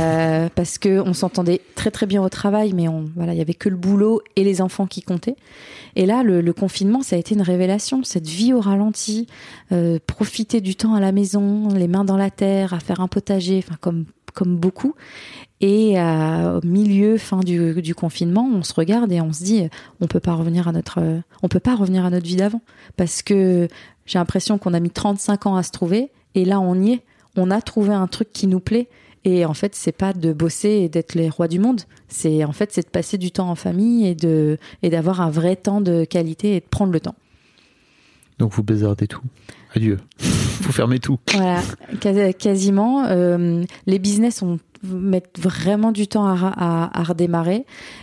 parce qu'on s'entendait très très bien au travail, mais on, voilà, il n'y avait que le boulot et les enfants qui comptaient. Et là, le, le confinement, ça a été une révélation. Cette vie au ralenti, euh, profiter du temps à la maison, les mains dans la terre, à faire un potager, enfin comme comme beaucoup. Et euh, au milieu, fin du, du confinement, on se regarde et on se dit, on peut pas revenir à notre, on peut pas revenir à notre vie d'avant, parce que j'ai l'impression qu'on a mis trente-cinq ans à se trouver, et là on y est, on a trouvé un truc qui nous plaît. Et en fait, c'est pas de bosser et d'être les rois du monde. C'est en fait, c'est de passer du temps en famille et de et d'avoir un vrai temps de qualité et de prendre le temps. Donc vous bazardez tout. Adieu. Faut fermer tout. Voilà, quasiment. Euh, les business on mettent vraiment du temps à, à, à redémarrer.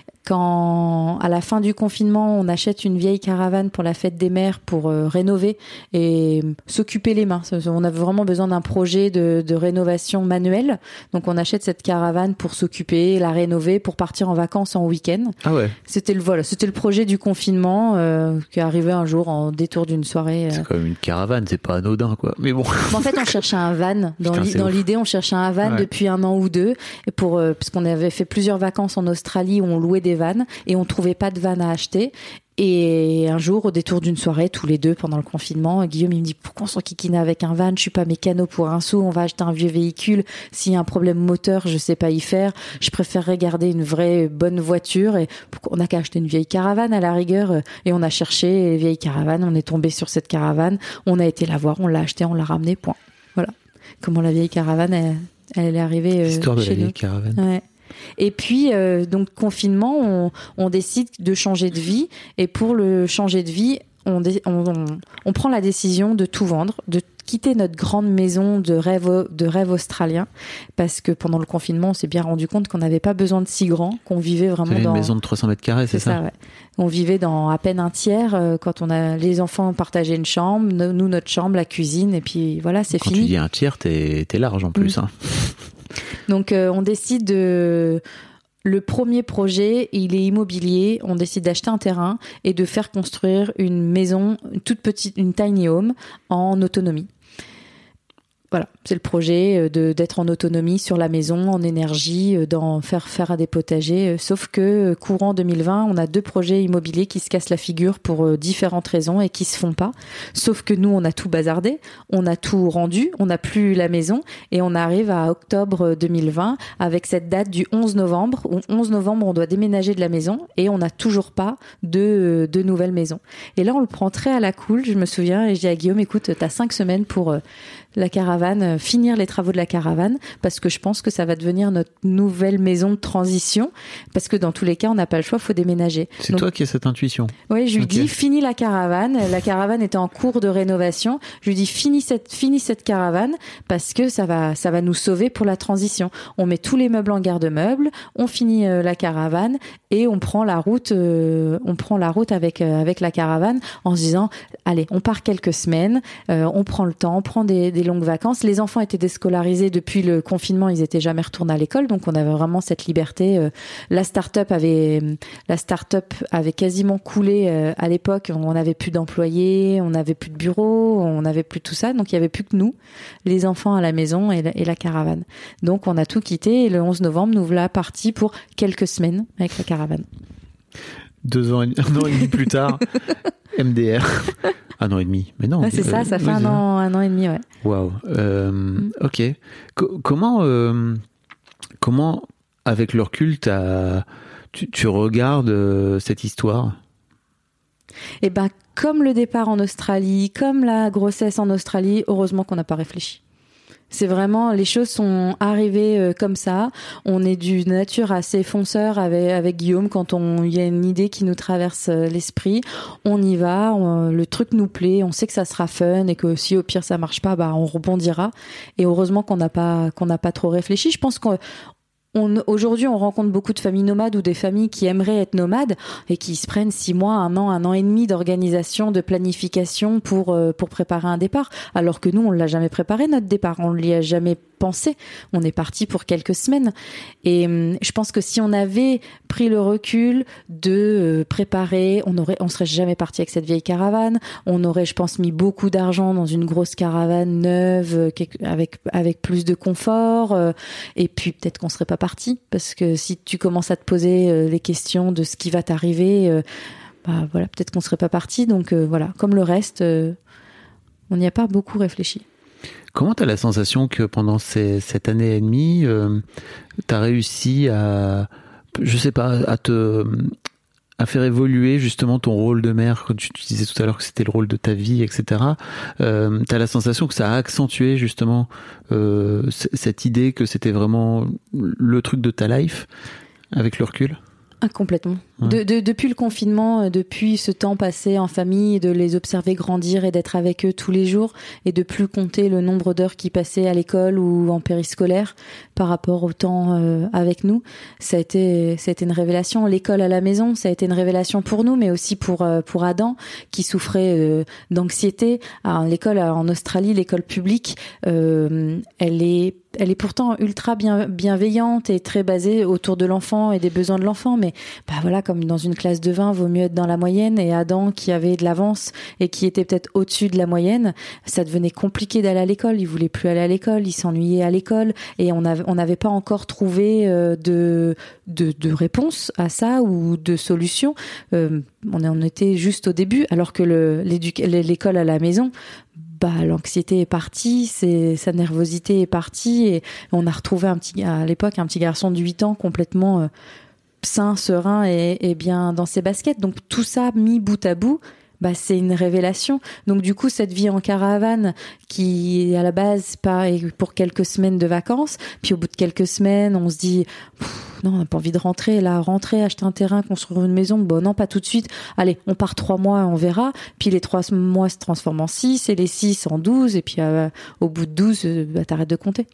Quand, à la fin du confinement, on achète une vieille caravane pour la fête des mères pour euh, rénover et s'occuper les mains. On avait vraiment besoin d'un projet de, de rénovation manuelle. Donc, on achète cette caravane pour s'occuper, la rénover, pour partir en vacances en week-end. Ah ouais. C'était le, voilà, c'était le projet du confinement euh, qui est arrivé un jour en détour d'une soirée. Euh... C'est quand même une caravane, c'est pas anodin, quoi. Mais bon. Mais en fait, on cherchait un van. Dans, Putain, li- dans l'idée, on cherchait un van ouais. depuis un an ou deux. Et pour, euh, parce qu'on avait fait plusieurs vacances en Australie où on louait des vannes et on trouvait pas de van à acheter. Et un jour, au détour d'une soirée, tous les deux, pendant le confinement, Guillaume, il me dit, pourquoi on s'enquiquine avec un van? Je suis pas mécano pour un sou, on va acheter un vieux véhicule. S'il y a un problème moteur, je sais pas y faire. Je préférerais garder une vraie bonne voiture. Et on n'a qu'à acheter une vieille caravane à la rigueur. Et on a cherché les vieilles caravanes, on est tombé sur cette caravane. On a été la voir, on l'a achetée, on l'a ramenée, point. Voilà. Comment la vieille caravane, elle, elle est arrivée euh, L'histoire de chez la vieille nous. caravane. Ouais. Et puis, euh, donc, confinement, on, on décide de changer de vie. Et pour le changer de vie, on, dé, on, on, on prend la décision de tout vendre, de quitté notre grande maison de rêve, de rêve australien, parce que pendant le confinement, on s'est bien rendu compte qu'on n'avait pas besoin de si grand, qu'on vivait vraiment C'était dans... une maison de trois cents mètres carrés, c'est, c'est ça, ça ouais. On vivait dans à peine un tiers, euh, quand on a les enfants partageaient une chambre, nous notre chambre, la cuisine, et puis voilà, c'est Quand fini. Quand tu dis un tiers, t'es, t'es large en plus. Mmh. Hein. Donc euh, on décide de... Le premier projet, il est immobilier. On décide d'acheter un terrain et de faire construire une maison, une toute petite, une tiny home en autonomie. Voilà, c'est le projet de, d'être en autonomie sur la maison, en énergie, d'en faire faire des potagers. Sauf que courant deux mille vingt, on a deux projets immobiliers qui se cassent la figure pour différentes raisons et qui se font pas. Sauf que nous, on a tout bazardé, on a tout rendu, on n'a plus la maison et on arrive à octobre deux mille vingt avec cette date du onze novembre. Où onze novembre, on doit déménager de la maison et on n'a toujours pas de, de nouvelle maison. Et là, on le prend très à la cool. Je me souviens et je dis à Guillaume, écoute, t'as cinq semaines pour la caravane, finir les travaux de la caravane, parce que je pense que ça va devenir notre nouvelle maison de transition, parce que dans tous les cas, on n'a pas le choix, il faut déménager. C'est Donc, toi qui as cette intuition. Oui, je lui okay. dis, finis la caravane. La caravane était en cours de rénovation. Je lui dis, finis cette, finis cette caravane, parce que ça va, ça va nous sauver pour la transition. On met tous les meubles en garde-meubles, on finit euh, la caravane, et on prend la route, euh, on prend la route avec, euh, avec la caravane, en se disant, allez, on part quelques semaines, euh, on prend le temps, on prend des, des longues vacances. Les enfants étaient déscolarisés depuis le confinement, ils étaient jamais retournés à l'école, donc on avait vraiment cette liberté. La start-up avait, la start-up avait quasiment coulé à l'époque. On n'avait plus d'employés, on n'avait plus de bureau, on n'avait plus tout ça, donc il y avait plus que nous, les enfants à la maison et la, et la caravane. Donc on a tout quitté et le onze novembre, nous voilà partis pour quelques semaines avec la caravane. Deux ans, et, un an et demi plus tard, M D R. Un an et demi, mais non. Ah, c'est euh, ça, ça fait un an, un an et demi, ouais. Waouh. Euh, mm. Ok. Co- comment, euh, comment, avec le recul, t'as, tu, tu regardes euh, cette histoire ? Eh ben, comme le départ en Australie, comme la grossesse en Australie, heureusement qu'on n'a pas réfléchi. C'est vraiment, les choses sont arrivées euh, comme ça. On est d'une nature assez fonceur avec, avec Guillaume. Quand on, il y a une idée qui nous traverse euh, l'esprit, on y va, on, le truc nous plaît, on sait que ça sera fun et que si au pire ça marche pas, bah on rebondira. Et heureusement qu'on n'a pas, qu'on n'a pas trop réfléchi. Je pense qu'on On, aujourd'hui, on rencontre beaucoup de familles nomades ou des familles qui aimeraient être nomades et qui se prennent six mois, un an, un an et demi d'organisation, de planification pour euh, pour préparer un départ. Alors que nous, on l'a jamais préparé notre départ, on l'y a jamais pensé. On est parti pour quelques semaines. Et hum, je pense que si on avait pris le recul de euh, préparer, on aurait, on serait jamais parti avec cette vieille caravane. On aurait, je pense, mis beaucoup d'argent dans une grosse caravane neuve avec avec plus de confort. Euh, et puis peut-être qu'on serait pas parti, parce que si tu commences à te poser euh, les questions de ce qui va t'arriver, euh, bah voilà, peut-être qu'on serait pas parti. Donc euh, voilà, comme le reste, euh, on n'y a pas beaucoup réfléchi. Comment t'as la sensation que pendant ces, cette année et demie, euh, t'as réussi à, je sais pas, à te, à faire évoluer justement ton rôle de mère, quand tu, tu disais tout à l'heure que c'était le rôle de ta vie, et cetera. Euh, t'as la sensation que ça a accentué justement euh, c- cette idée que c'était vraiment le truc de ta life avec le recul ? Ah, complètement. Ouais. De, de, depuis le confinement, depuis ce temps passé en famille, de les observer grandir et d'être avec eux tous les jours et de plus compter le nombre d'heures qu'ils passaient à l'école ou en périscolaire par rapport au temps euh, avec nous, ça a été, ça a été une révélation. L'école à la maison, ça a été une révélation pour nous, mais aussi pour euh, pour Adam qui souffrait euh, d'anxiété. Alors, l'école en Australie, l'école publique, euh, elle est Elle est pourtant ultra bien, bienveillante et très basée autour de l'enfant et des besoins de l'enfant. Mais bah voilà, comme dans une classe de vingt, vaut mieux être dans la moyenne. Et Adam, qui avait de l'avance et qui était peut-être au-dessus de la moyenne, ça devenait compliqué d'aller à l'école. Il voulait plus aller à l'école, il s'ennuyait à l'école. Et on avait, on n'avait pas encore trouvé euh, de, de, de réponse à ça ou de solution. Euh, on en était juste au début, alors que le, l'éduc- l'école à la maison, bah, l'anxiété est partie, c'est, sa nervosité est partie et on a retrouvé un petit, à l'époque un petit garçon de huit ans complètement euh, sain, serein et, et bien dans ses baskets. Donc tout ça mis bout à bout, bah, c'est une révélation. Donc du coup, cette vie en caravane qui, à la base, pas pour quelques semaines de vacances, puis au bout de quelques semaines, on se dit... Pff, non, on n'a pas envie de rentrer. Là, rentrer, acheter un terrain, construire une maison, bon, non, pas tout de suite. Allez, on part trois mois, on verra. Puis les trois mois se transforment en six, et les six en douze, et puis euh, au bout de douze, euh, bah, t'arrêtes de compter.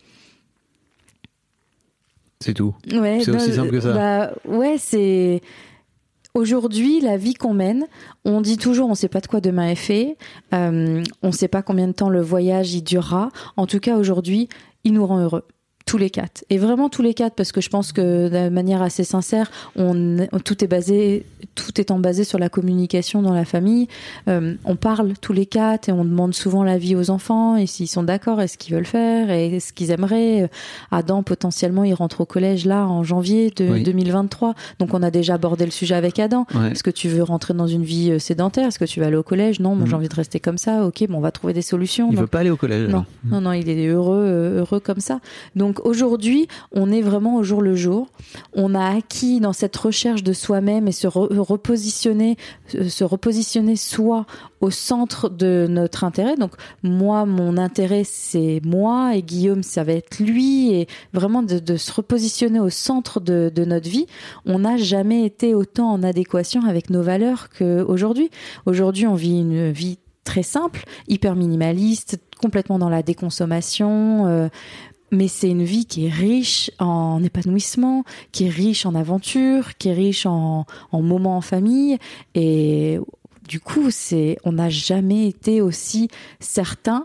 C'est tout. Ouais, c'est non, aussi simple que ça. Bah, ouais, c'est... Aujourd'hui, la vie qu'on mène, on dit toujours on ne sait pas de quoi demain est fait, euh, on ne sait pas combien de temps le voyage y durera. En tout cas, aujourd'hui, il nous rend heureux. Tous les quatre. Et vraiment tous les quatre, parce que je pense que de manière assez sincère, on, tout est basé, tout étant basé sur la communication dans la famille. Euh, on parle tous les quatre et on demande souvent l'avis aux enfants et s'ils sont d'accord et ce qu'ils veulent faire et ce qu'ils aimeraient. Adam, potentiellement, il rentre au collège là en janvier de oui. deux mille vingt-trois. Donc on a déjà abordé le sujet avec Adam. Ouais. Est-ce que tu veux rentrer dans une vie sédentaire? Est-ce que tu veux aller au collège? Non, moi mmh. j'ai envie de rester comme ça. Ok, bon, on va trouver des solutions. Il Donc, veut pas aller au collège. Non, mmh. non, non, il est heureux, heureux comme ça. Donc aujourd'hui, on est vraiment au jour le jour. On a acquis dans cette recherche de soi-même et se re- repositionner, se repositionner soi au centre de notre intérêt. Donc moi, mon intérêt, c'est moi et Guillaume, ça va être lui. Et vraiment de, de se repositionner au centre de, de notre vie. On n'a jamais été autant en adéquation avec nos valeurs qu'aujourd'hui. Aujourd'hui, on vit une vie très simple, hyper minimaliste, complètement dans la déconsommation. Euh, Mais c'est une vie qui est riche en épanouissement, qui est riche en aventures, qui est riche en, en moments en famille. Et du coup, c'est, on n'a jamais été aussi certain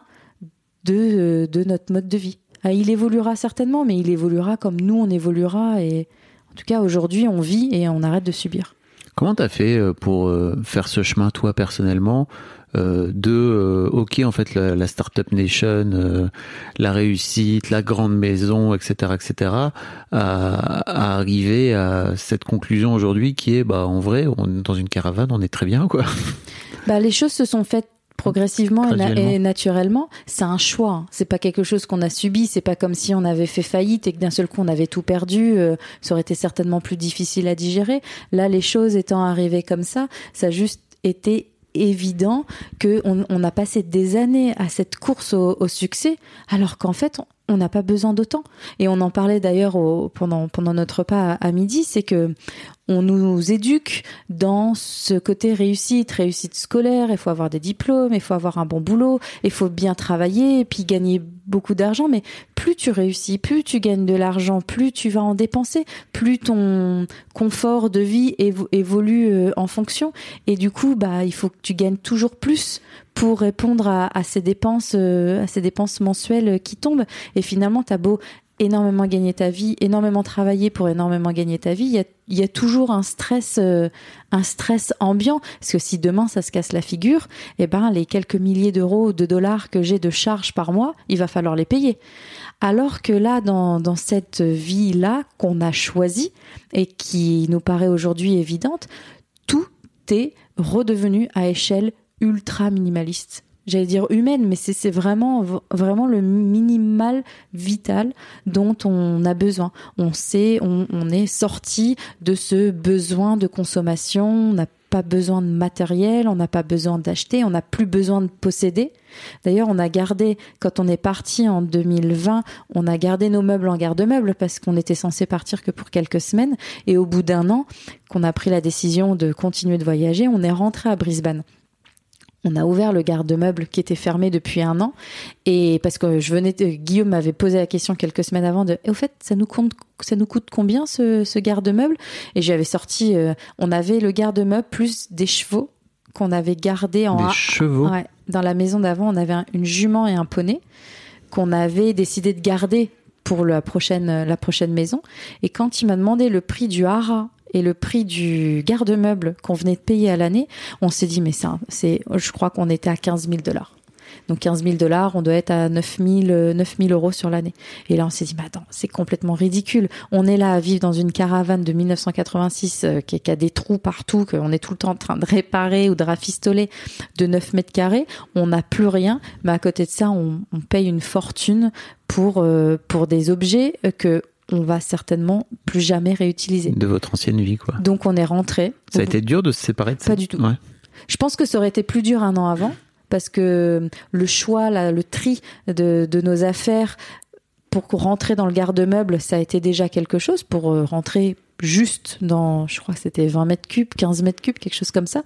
de, de notre mode de vie. Il évoluera certainement, mais il évoluera comme nous, on évoluera. Et en tout cas, aujourd'hui, on vit et on arrête de subir. Comment t'as fait pour faire ce chemin, toi, personnellement, euh, de, euh, ok, en fait, la, la Startup Nation, euh, la réussite, la grande maison, et cetera, et cetera, à, à arriver à cette conclusion aujourd'hui qui est, bah, en vrai, on, dans une caravane, on est très bien, quoi. Bah, les choses se sont faites progressivement et, na- et naturellement. C'est un choix. C'est pas quelque chose qu'on a subi. C'est pas comme si on avait fait faillite et que d'un seul coup on avait tout perdu. Euh, ça aurait été certainement plus difficile à digérer. Là, les choses étant arrivées comme ça, ça a juste été évident qu'on on a passé des années à cette course au, au succès, alors qu'en fait, on n'a pas besoin d'autant. Et on en parlait d'ailleurs au, pendant, pendant notre repas à, à midi, c'est que on nous éduque dans ce côté réussite, réussite scolaire, il faut avoir des diplômes, il faut avoir un bon boulot, il faut bien travailler et puis gagner beaucoup d'argent. Mais plus tu réussis, plus tu gagnes de l'argent, plus tu vas en dépenser, plus ton confort de vie évo- évolue en fonction. Et du coup, bah, il faut que tu gagnes toujours plus pour répondre à, à ces dépenses, euh, à ces dépenses mensuelles qui tombent. Et finalement, t'as beau énormément gagner ta vie, énormément travailler pour énormément gagner ta vie, il y a, il y a toujours un stress, euh, un stress ambiant. Parce que si demain ça se casse la figure, eh ben les quelques milliers d'euros ou de dollars que j'ai de charges par mois, il va falloir les payer. Alors que là, dans, dans cette vie-là qu'on a choisie et qui nous paraît aujourd'hui évidente, tout est redevenu à échelle ultra minimaliste. J'allais dire humaine, mais c'est, c'est vraiment, vraiment le minimal vital dont on a besoin. On sait, on, on est sorti de ce besoin de consommation, on n'a pas besoin de matériel, on n'a pas besoin d'acheter, on n'a plus besoin de posséder. D'ailleurs, on a gardé, quand on est parti en deux mille vingt, on a gardé nos meubles en garde-meubles parce qu'on était censé partir que pour quelques semaines. Et au bout d'un an, qu'on a pris la décision de continuer de voyager, on est rentré à Brisbane. On a ouvert le garde-meuble qui était fermé depuis un an, et parce que je venais, de, Guillaume m'avait posé la question quelques semaines avant de, et au fait, ça nous compte, ça nous coûte combien ce, ce garde-meuble? Et j'avais sorti, euh, on avait le garde-meuble plus des chevaux qu'on avait gardés en des a, chevaux. Ouais, dans la maison d'avant, on avait un, une jument et un poney qu'on avait décidé de garder pour la prochaine, la prochaine maison. Et quand il m'a demandé le prix du haras et le prix du garde-meuble qu'on venait de payer à l'année, on s'est dit, mais c'est, un, c'est je crois qu'on était à quinze mille dollars. Donc quinze mille dollars, on doit être à neuf mille euros sur l'année. Et là, on s'est dit, mais attends, c'est complètement ridicule. On est là à vivre dans une caravane de dix-neuf cent quatre-vingt-six euh, qui, qui a des trous partout, qu'on est tout le temps en train de réparer ou de rafistoler, de neuf mètres carrés. On n'a plus rien. Mais à côté de ça, on, on paye une fortune pour, euh, pour des objets que on va certainement plus jamais réutiliser. De votre ancienne vie, quoi. Donc on est rentré. Ça a été dur de se séparer de ça? Pas du tout. Ouais. Je pense que ça aurait été plus dur un an avant, parce que le choix, là, le tri de, de nos affaires pour rentrer dans le garde-meuble, ça a été déjà quelque chose pour euh, rentrer juste dans, je crois que c'était vingt mètres cubes, quinze mètres cubes, quelque chose comme ça.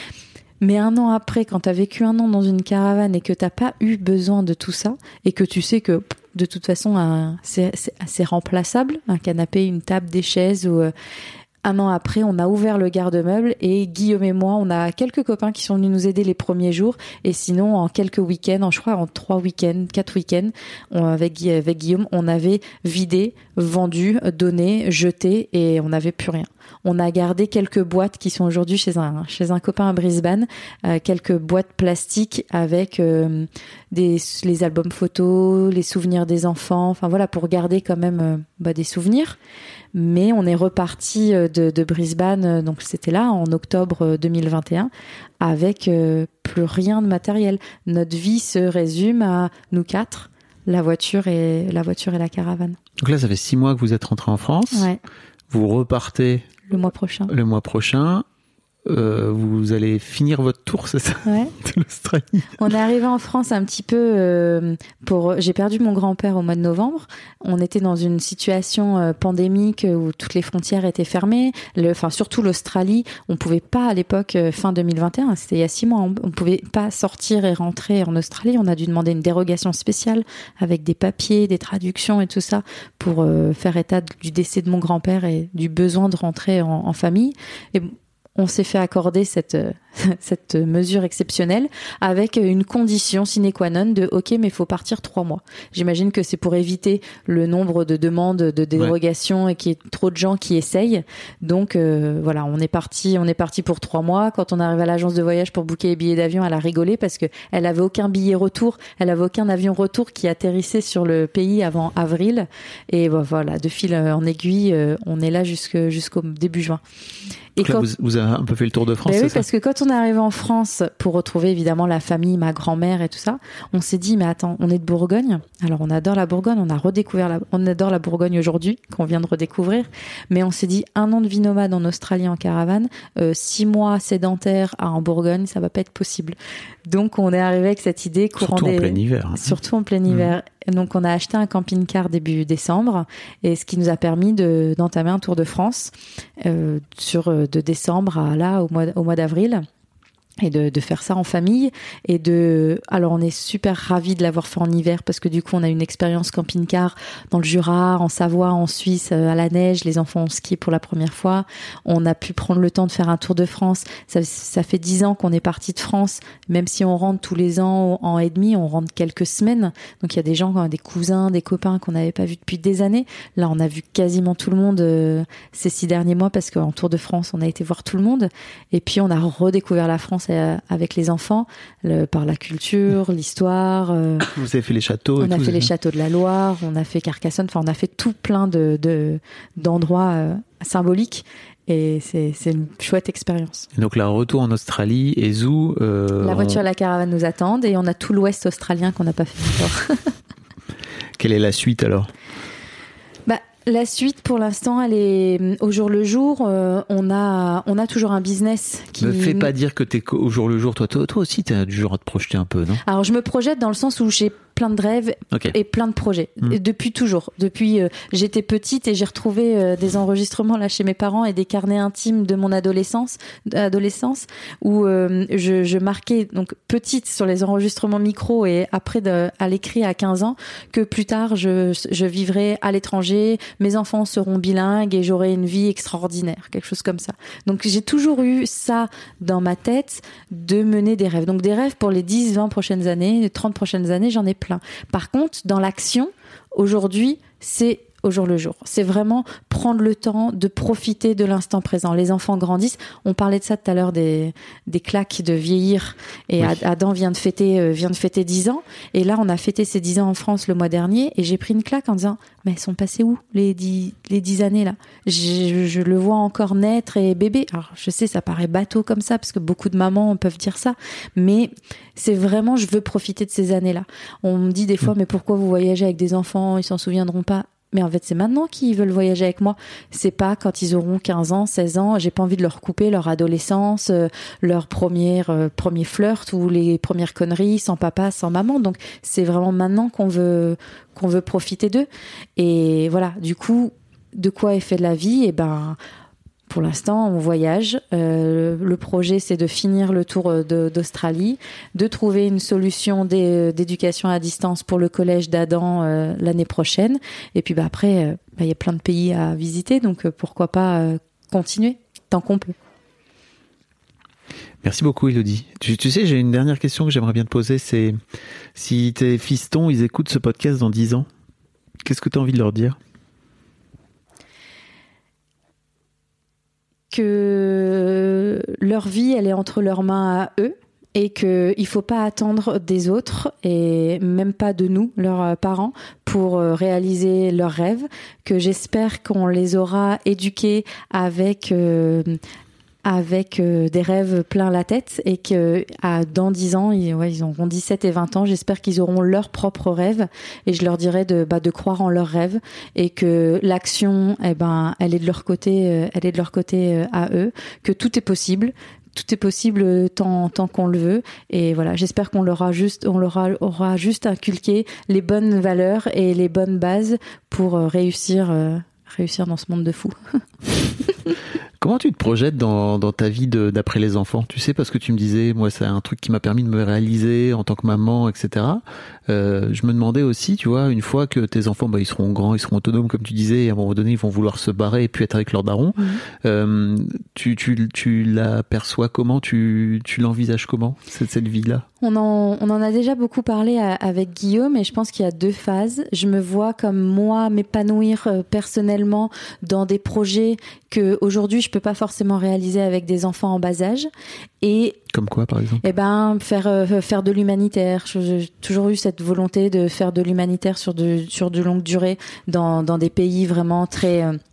Mais un an après, quand t'as vécu un an dans une caravane et que t'as pas eu besoin de tout ça, et que tu sais que de toute façon, un, c'est, c'est assez remplaçable, un canapé, une table, des chaises, ou euh, un an après, on a ouvert le garde-meuble et Guillaume et moi, on a quelques copains qui sont venus nous aider les premiers jours. Et sinon, en quelques week-ends, en, je crois en trois week-ends, quatre week-ends, on, avec, avec Guillaume, on avait vidé, vendu, donné, jeté et on n'avait plus rien. On a gardé quelques boîtes qui sont aujourd'hui chez un, chez un copain à Brisbane, euh, quelques boîtes plastiques avec euh, des, les albums photos, les souvenirs des enfants, enfin voilà, pour garder quand même euh, bah, des souvenirs. Mais on est reparti de, de Brisbane, donc c'était là en octobre deux mille vingt et un, avec euh, plus rien de matériel. Notre vie se résume à nous quatre, la voiture et la voiture et la caravane. Donc là, ça fait six mois que vous êtes rentré en France. Ouais. Vous repartez le mois prochain. Le mois prochain. Euh, vous allez finir votre tour, c'est ça, ouais. de l'Australie. On est arrivé en France un petit peu euh, pour. J'ai perdu mon grand-père au mois de novembre. On était dans une situation euh, pandémique où toutes les frontières étaient fermées. Le, enfin, surtout l'Australie, on pouvait pas à l'époque euh, fin deux mille vingt et un. C'était il y a six mois. On, on pouvait pas sortir et rentrer en Australie. On a dû demander une dérogation spéciale avec des papiers, des traductions et tout ça pour euh, faire état du décès de mon grand-père et du besoin de rentrer en, en famille. Et on s'est fait accorder cette cette mesure exceptionnelle avec une condition sine qua non de ok, mais il faut partir trois mois. J'imagine que c'est pour éviter le nombre de demandes de dérogation ouais. et qu'il y ait trop de gens qui essayent. Donc euh, voilà, on est parti, on est parti pour trois mois. Quand on arrive à l'agence de voyage pour booker les billets d'avion, elle a rigolé parce que elle avait aucun billet retour, elle avait aucun avion retour qui atterrissait sur le pays avant avril. Et bah, voilà, de fil en aiguille, on est là jusque jusqu'au début juin. Et là, quand... vous, vous avez un peu fait le tour de France, ben c'est oui, ça ? Parce que quand on est arrivé en France pour retrouver évidemment la famille, ma grand-mère et tout ça, on s'est dit mais attends, on est de Bourgogne. Alors on adore la Bourgogne, on a redécouvert la, on adore la Bourgogne aujourd'hui qu'on vient de redécouvrir. Mais on s'est dit un an de vie nomade en Australie en caravane, euh, six mois sédentaire en Bourgogne, ça va pas être possible. Donc on est arrivé avec cette idée courant surtout des... en plein hiver. Hein. Surtout en plein hiver. Mmh. Donc on a acheté un camping-car début décembre et ce qui nous a permis de d'entamer un tour de France euh, sur de décembre à là au mois au mois d'avril. Et de, de faire ça en famille et de alors on est super ravis de l'avoir fait en hiver parce que du coup on a une expérience camping-car dans le Jura, en Savoie, en Suisse à la neige, les enfants ont skié pour la première fois, on a pu prendre le temps de faire un tour de France. Ça, ça fait dix ans qu'on est parti de France, même si on rentre tous les ans an et demi, on rentre quelques semaines, donc il y a des gens, des cousins, des copains qu'on n'avait pas vus depuis des années. Là on a vu quasiment tout le monde euh, ces six derniers mois parce qu'en Tour de France on a été voir tout le monde et puis on a redécouvert la France avec les enfants, le, par la culture, l'histoire. Euh, Vous avez fait les châteaux. On et a tout, fait ça. les châteaux de la Loire, on a fait Carcassonne, enfin on a fait tout plein de, de d'endroits euh, symboliques et c'est c'est une chouette expérience. Et donc là, retour en Australie et Zou. Euh, la voiture on... et la caravane nous attendent et on a tout l'Ouest australien qu'on n'a pas fait encore. Quelle est la suite alors ? Bah. La suite, pour l'instant, elle est au jour le jour. Euh, on a, on a toujours un business qui. Me fais pas dire que t'es au jour le jour. Toi, toi, toi aussi, t'es du genre à te projeter un peu, non ? Alors, je me projette dans le sens où j'ai plein de rêves okay. et plein de projets. Mmh. Et depuis toujours. Depuis, euh, j'étais petite et j'ai retrouvé euh, des enregistrements là chez mes parents et des carnets intimes de mon adolescence, adolescence où euh, je, je marquais donc petite sur les enregistrements micro et après de, à l'écrit à quinze ans que plus tard je, je vivrai à l'étranger, mes enfants seront bilingues et j'aurai une vie extraordinaire, quelque chose comme ça. Donc j'ai toujours eu ça dans ma tête de mener des rêves. Donc des rêves pour les dix, vingt prochaines années, les trente prochaines années, j'en ai plein. Par contre, dans l'action, aujourd'hui, c'est au jour le jour. C'est vraiment prendre le temps de profiter de l'instant présent. Les enfants grandissent. On parlait de ça tout à l'heure des, des claques de vieillir. Et oui. Adam vient de fêter, euh, vient de fêter dix ans. Et là, on a fêté ses dix ans en France le mois dernier. Et j'ai pris une claque en disant, mais elles sont passées où, les dix, les dix années là? Je, je le vois encore naître et bébé. Alors, je sais, ça paraît bateau comme ça, parce que beaucoup de mamans peuvent dire ça. Mais c'est vraiment, je veux profiter de ces années-là. On me dit des fois, mais pourquoi vous voyagez avec des enfants? Ils s'en souviendront pas. mais en fait c'est maintenant qu'ils veulent voyager avec moi, c'est pas quand ils auront quinze ans, seize ans, j'ai pas envie de leur couper leur adolescence, euh, leur première euh, premier flirt ou les premières conneries sans papa, sans maman. Donc c'est vraiment maintenant qu'on veut qu'on veut profiter d'eux. Et voilà, du coup, de quoi est fait la vie? Et ben pour l'instant, on voyage. Euh, le projet, c'est de finir le tour de, d'Australie, de trouver une solution d'éducation à distance pour le collège d'Adam euh, l'année prochaine. Et puis bah, après, euh, bah, y a plein de pays à visiter, donc euh, pourquoi pas euh, continuer tant qu'on peut. Merci beaucoup, Élodie. Tu, tu sais, j'ai une dernière question que j'aimerais bien te poser, c'est si tes fistons, ils écoutent ce podcast dans dix ans, qu'est-ce que tu as envie de leur dire? Que leur vie, elle est entre leurs mains à eux et qu'il ne faut pas attendre des autres et même pas de nous, leurs parents, pour réaliser leurs rêves, que j'espère qu'on les aura éduqués avec... Euh, avec euh, des rêves plein la tête et que à, dans dix ans, ils, ouais, ils auront dix-sept et vingt ans, j'espère qu'ils auront leurs propres rêves et je leur dirai de, bah, de croire en leurs rêves et que l'action, eh ben, elle est de leur côté, euh, elle est de leur côté euh, à eux, que tout est possible. Tout est possible tant, tant qu'on le veut. Et voilà, j'espère qu'on leur a juste, on leur a, aura juste inculqué les bonnes valeurs et les bonnes bases pour euh, réussir, euh, réussir dans ce monde de fous. Comment tu te projettes dans, dans ta vie de, d'après les enfants? Tu sais, parce que tu me disais, moi, c'est un truc qui m'a permis de me réaliser en tant que maman, et cetera. Euh, je me demandais aussi, tu vois, une fois que tes enfants, bah, ils seront grands, ils seront autonomes, comme tu disais, et à un moment donné, ils vont vouloir se barrer et puis être avec leur daron. Mmh. Euh, tu, tu, tu l'aperçois comment? Tu, tu l'envisages comment, cette, cette vie-là? On en, on en a déjà beaucoup parlé à, avec Guillaume et je pense qu'il y a deux phases. Je me vois comme moi m'épanouir euh, personnellement dans des projets que aujourd'hui je peux pas forcément réaliser avec des enfants en bas âge. Et comme quoi, par exemple? Eh ben, faire euh, faire de l'humanitaire. J'ai toujours eu cette volonté de faire de l'humanitaire sur de sur de longue durée dans dans des pays vraiment très euh,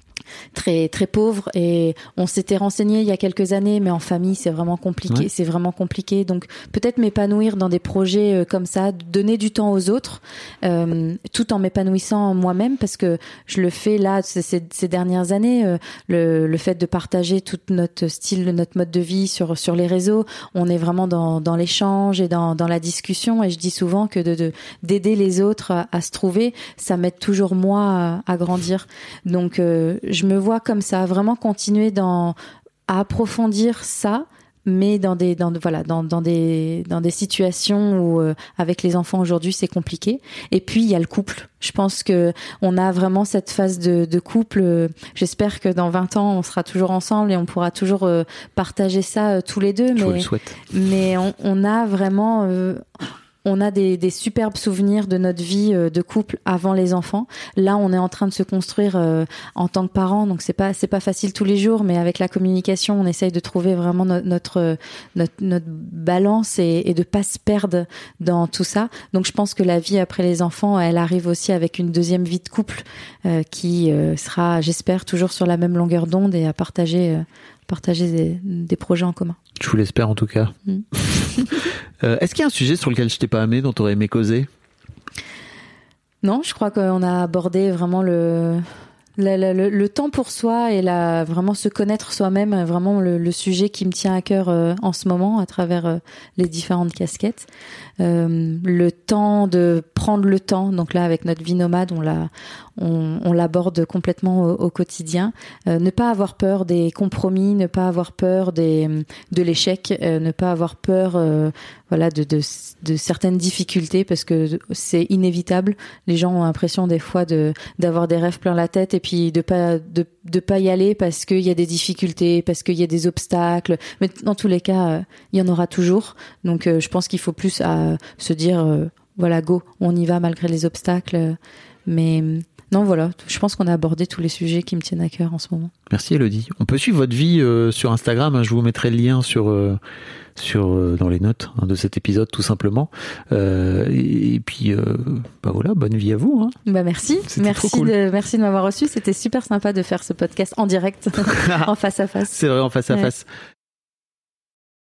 très très pauvre et on s'était renseigné il y a quelques années mais en famille c'est vraiment compliqué ouais. c'est vraiment compliqué donc peut-être m'épanouir dans des projets euh, comme ça, donner du temps aux autres euh, tout en m'épanouissant moi-même parce que je le fais là ces, ces dernières années euh, le, le fait de partager tout notre style, notre mode de vie sur sur les réseaux, on est vraiment dans dans l'échange et dans dans la discussion et je dis souvent que de, de d'aider les autres à, à se trouver, ça m'aide toujours moi à, à grandir. Donc euh, je me vois comme ça, vraiment continuer dans, à approfondir ça, mais dans des, dans, voilà, dans, dans des, dans des situations où, euh, avec les enfants aujourd'hui, c'est compliqué. Et puis, il y a le couple. Je pense que on a vraiment cette phase de, de couple. J'espère que dans vingt ans, on sera toujours ensemble et on pourra toujours euh, partager ça euh, tous les deux. Je mais, le souhaite. Mais on, on a vraiment, euh, on a des, des superbes souvenirs de notre vie de couple avant les enfants. Là, on est en train de se construire euh, en tant que parents, donc c'est pas c'est pas facile tous les jours, mais avec la communication, on essaye de trouver vraiment no, notre notre notre balance et, et de pas se perdre dans tout ça. Donc, je pense que la vie après les enfants, elle arrive aussi avec une deuxième vie de couple euh, qui euh, sera, j'espère, toujours sur la même longueur d'onde et à partager. Euh, partager des, des projets en commun. Je vous l'espère en tout cas. Mm. euh, est-ce qu'il y a un sujet sur lequel je t'ai pas aimé, dont tu aurais aimé causer? Non, je crois qu'on a abordé vraiment le, le, le, le temps pour soi et la, vraiment se connaître soi-même, vraiment le, le sujet qui me tient à cœur euh, en ce moment à travers euh, les différentes casquettes. Euh, le temps de prendre le temps, donc là avec notre vie nomade, on l'a On, on l'aborde complètement au, au quotidien. Euh, ne pas avoir peur des compromis, ne pas avoir peur des, de l'échec, euh, ne pas avoir peur euh, voilà, de, de, de certaines difficultés parce que c'est inévitable. Les gens ont l'impression des fois de, d'avoir des rêves plein la tête et puis de pas, de, de pas y aller parce qu'il y a des difficultés, parce qu'il y a des obstacles. Mais dans tous les cas, euh, il y en aura toujours. Donc euh, je pense qu'il faut plus à se dire euh, voilà, go, on y va malgré les obstacles. Mais non, voilà, je pense qu'on a abordé tous les sujets qui me tiennent à cœur en ce moment. Merci Élodie. On peut suivre votre vie euh, sur Instagram, hein, je vous mettrai le lien sur, euh, sur, euh, dans les notes hein, de cet épisode tout simplement. Euh, et, et puis, euh, bah voilà, bonne vie à vous. Hein. Bah merci, merci, cool. de, merci de m'avoir reçu. C'était super sympa de faire ce podcast en direct, en face à face. C'est vrai, en face à ouais. face.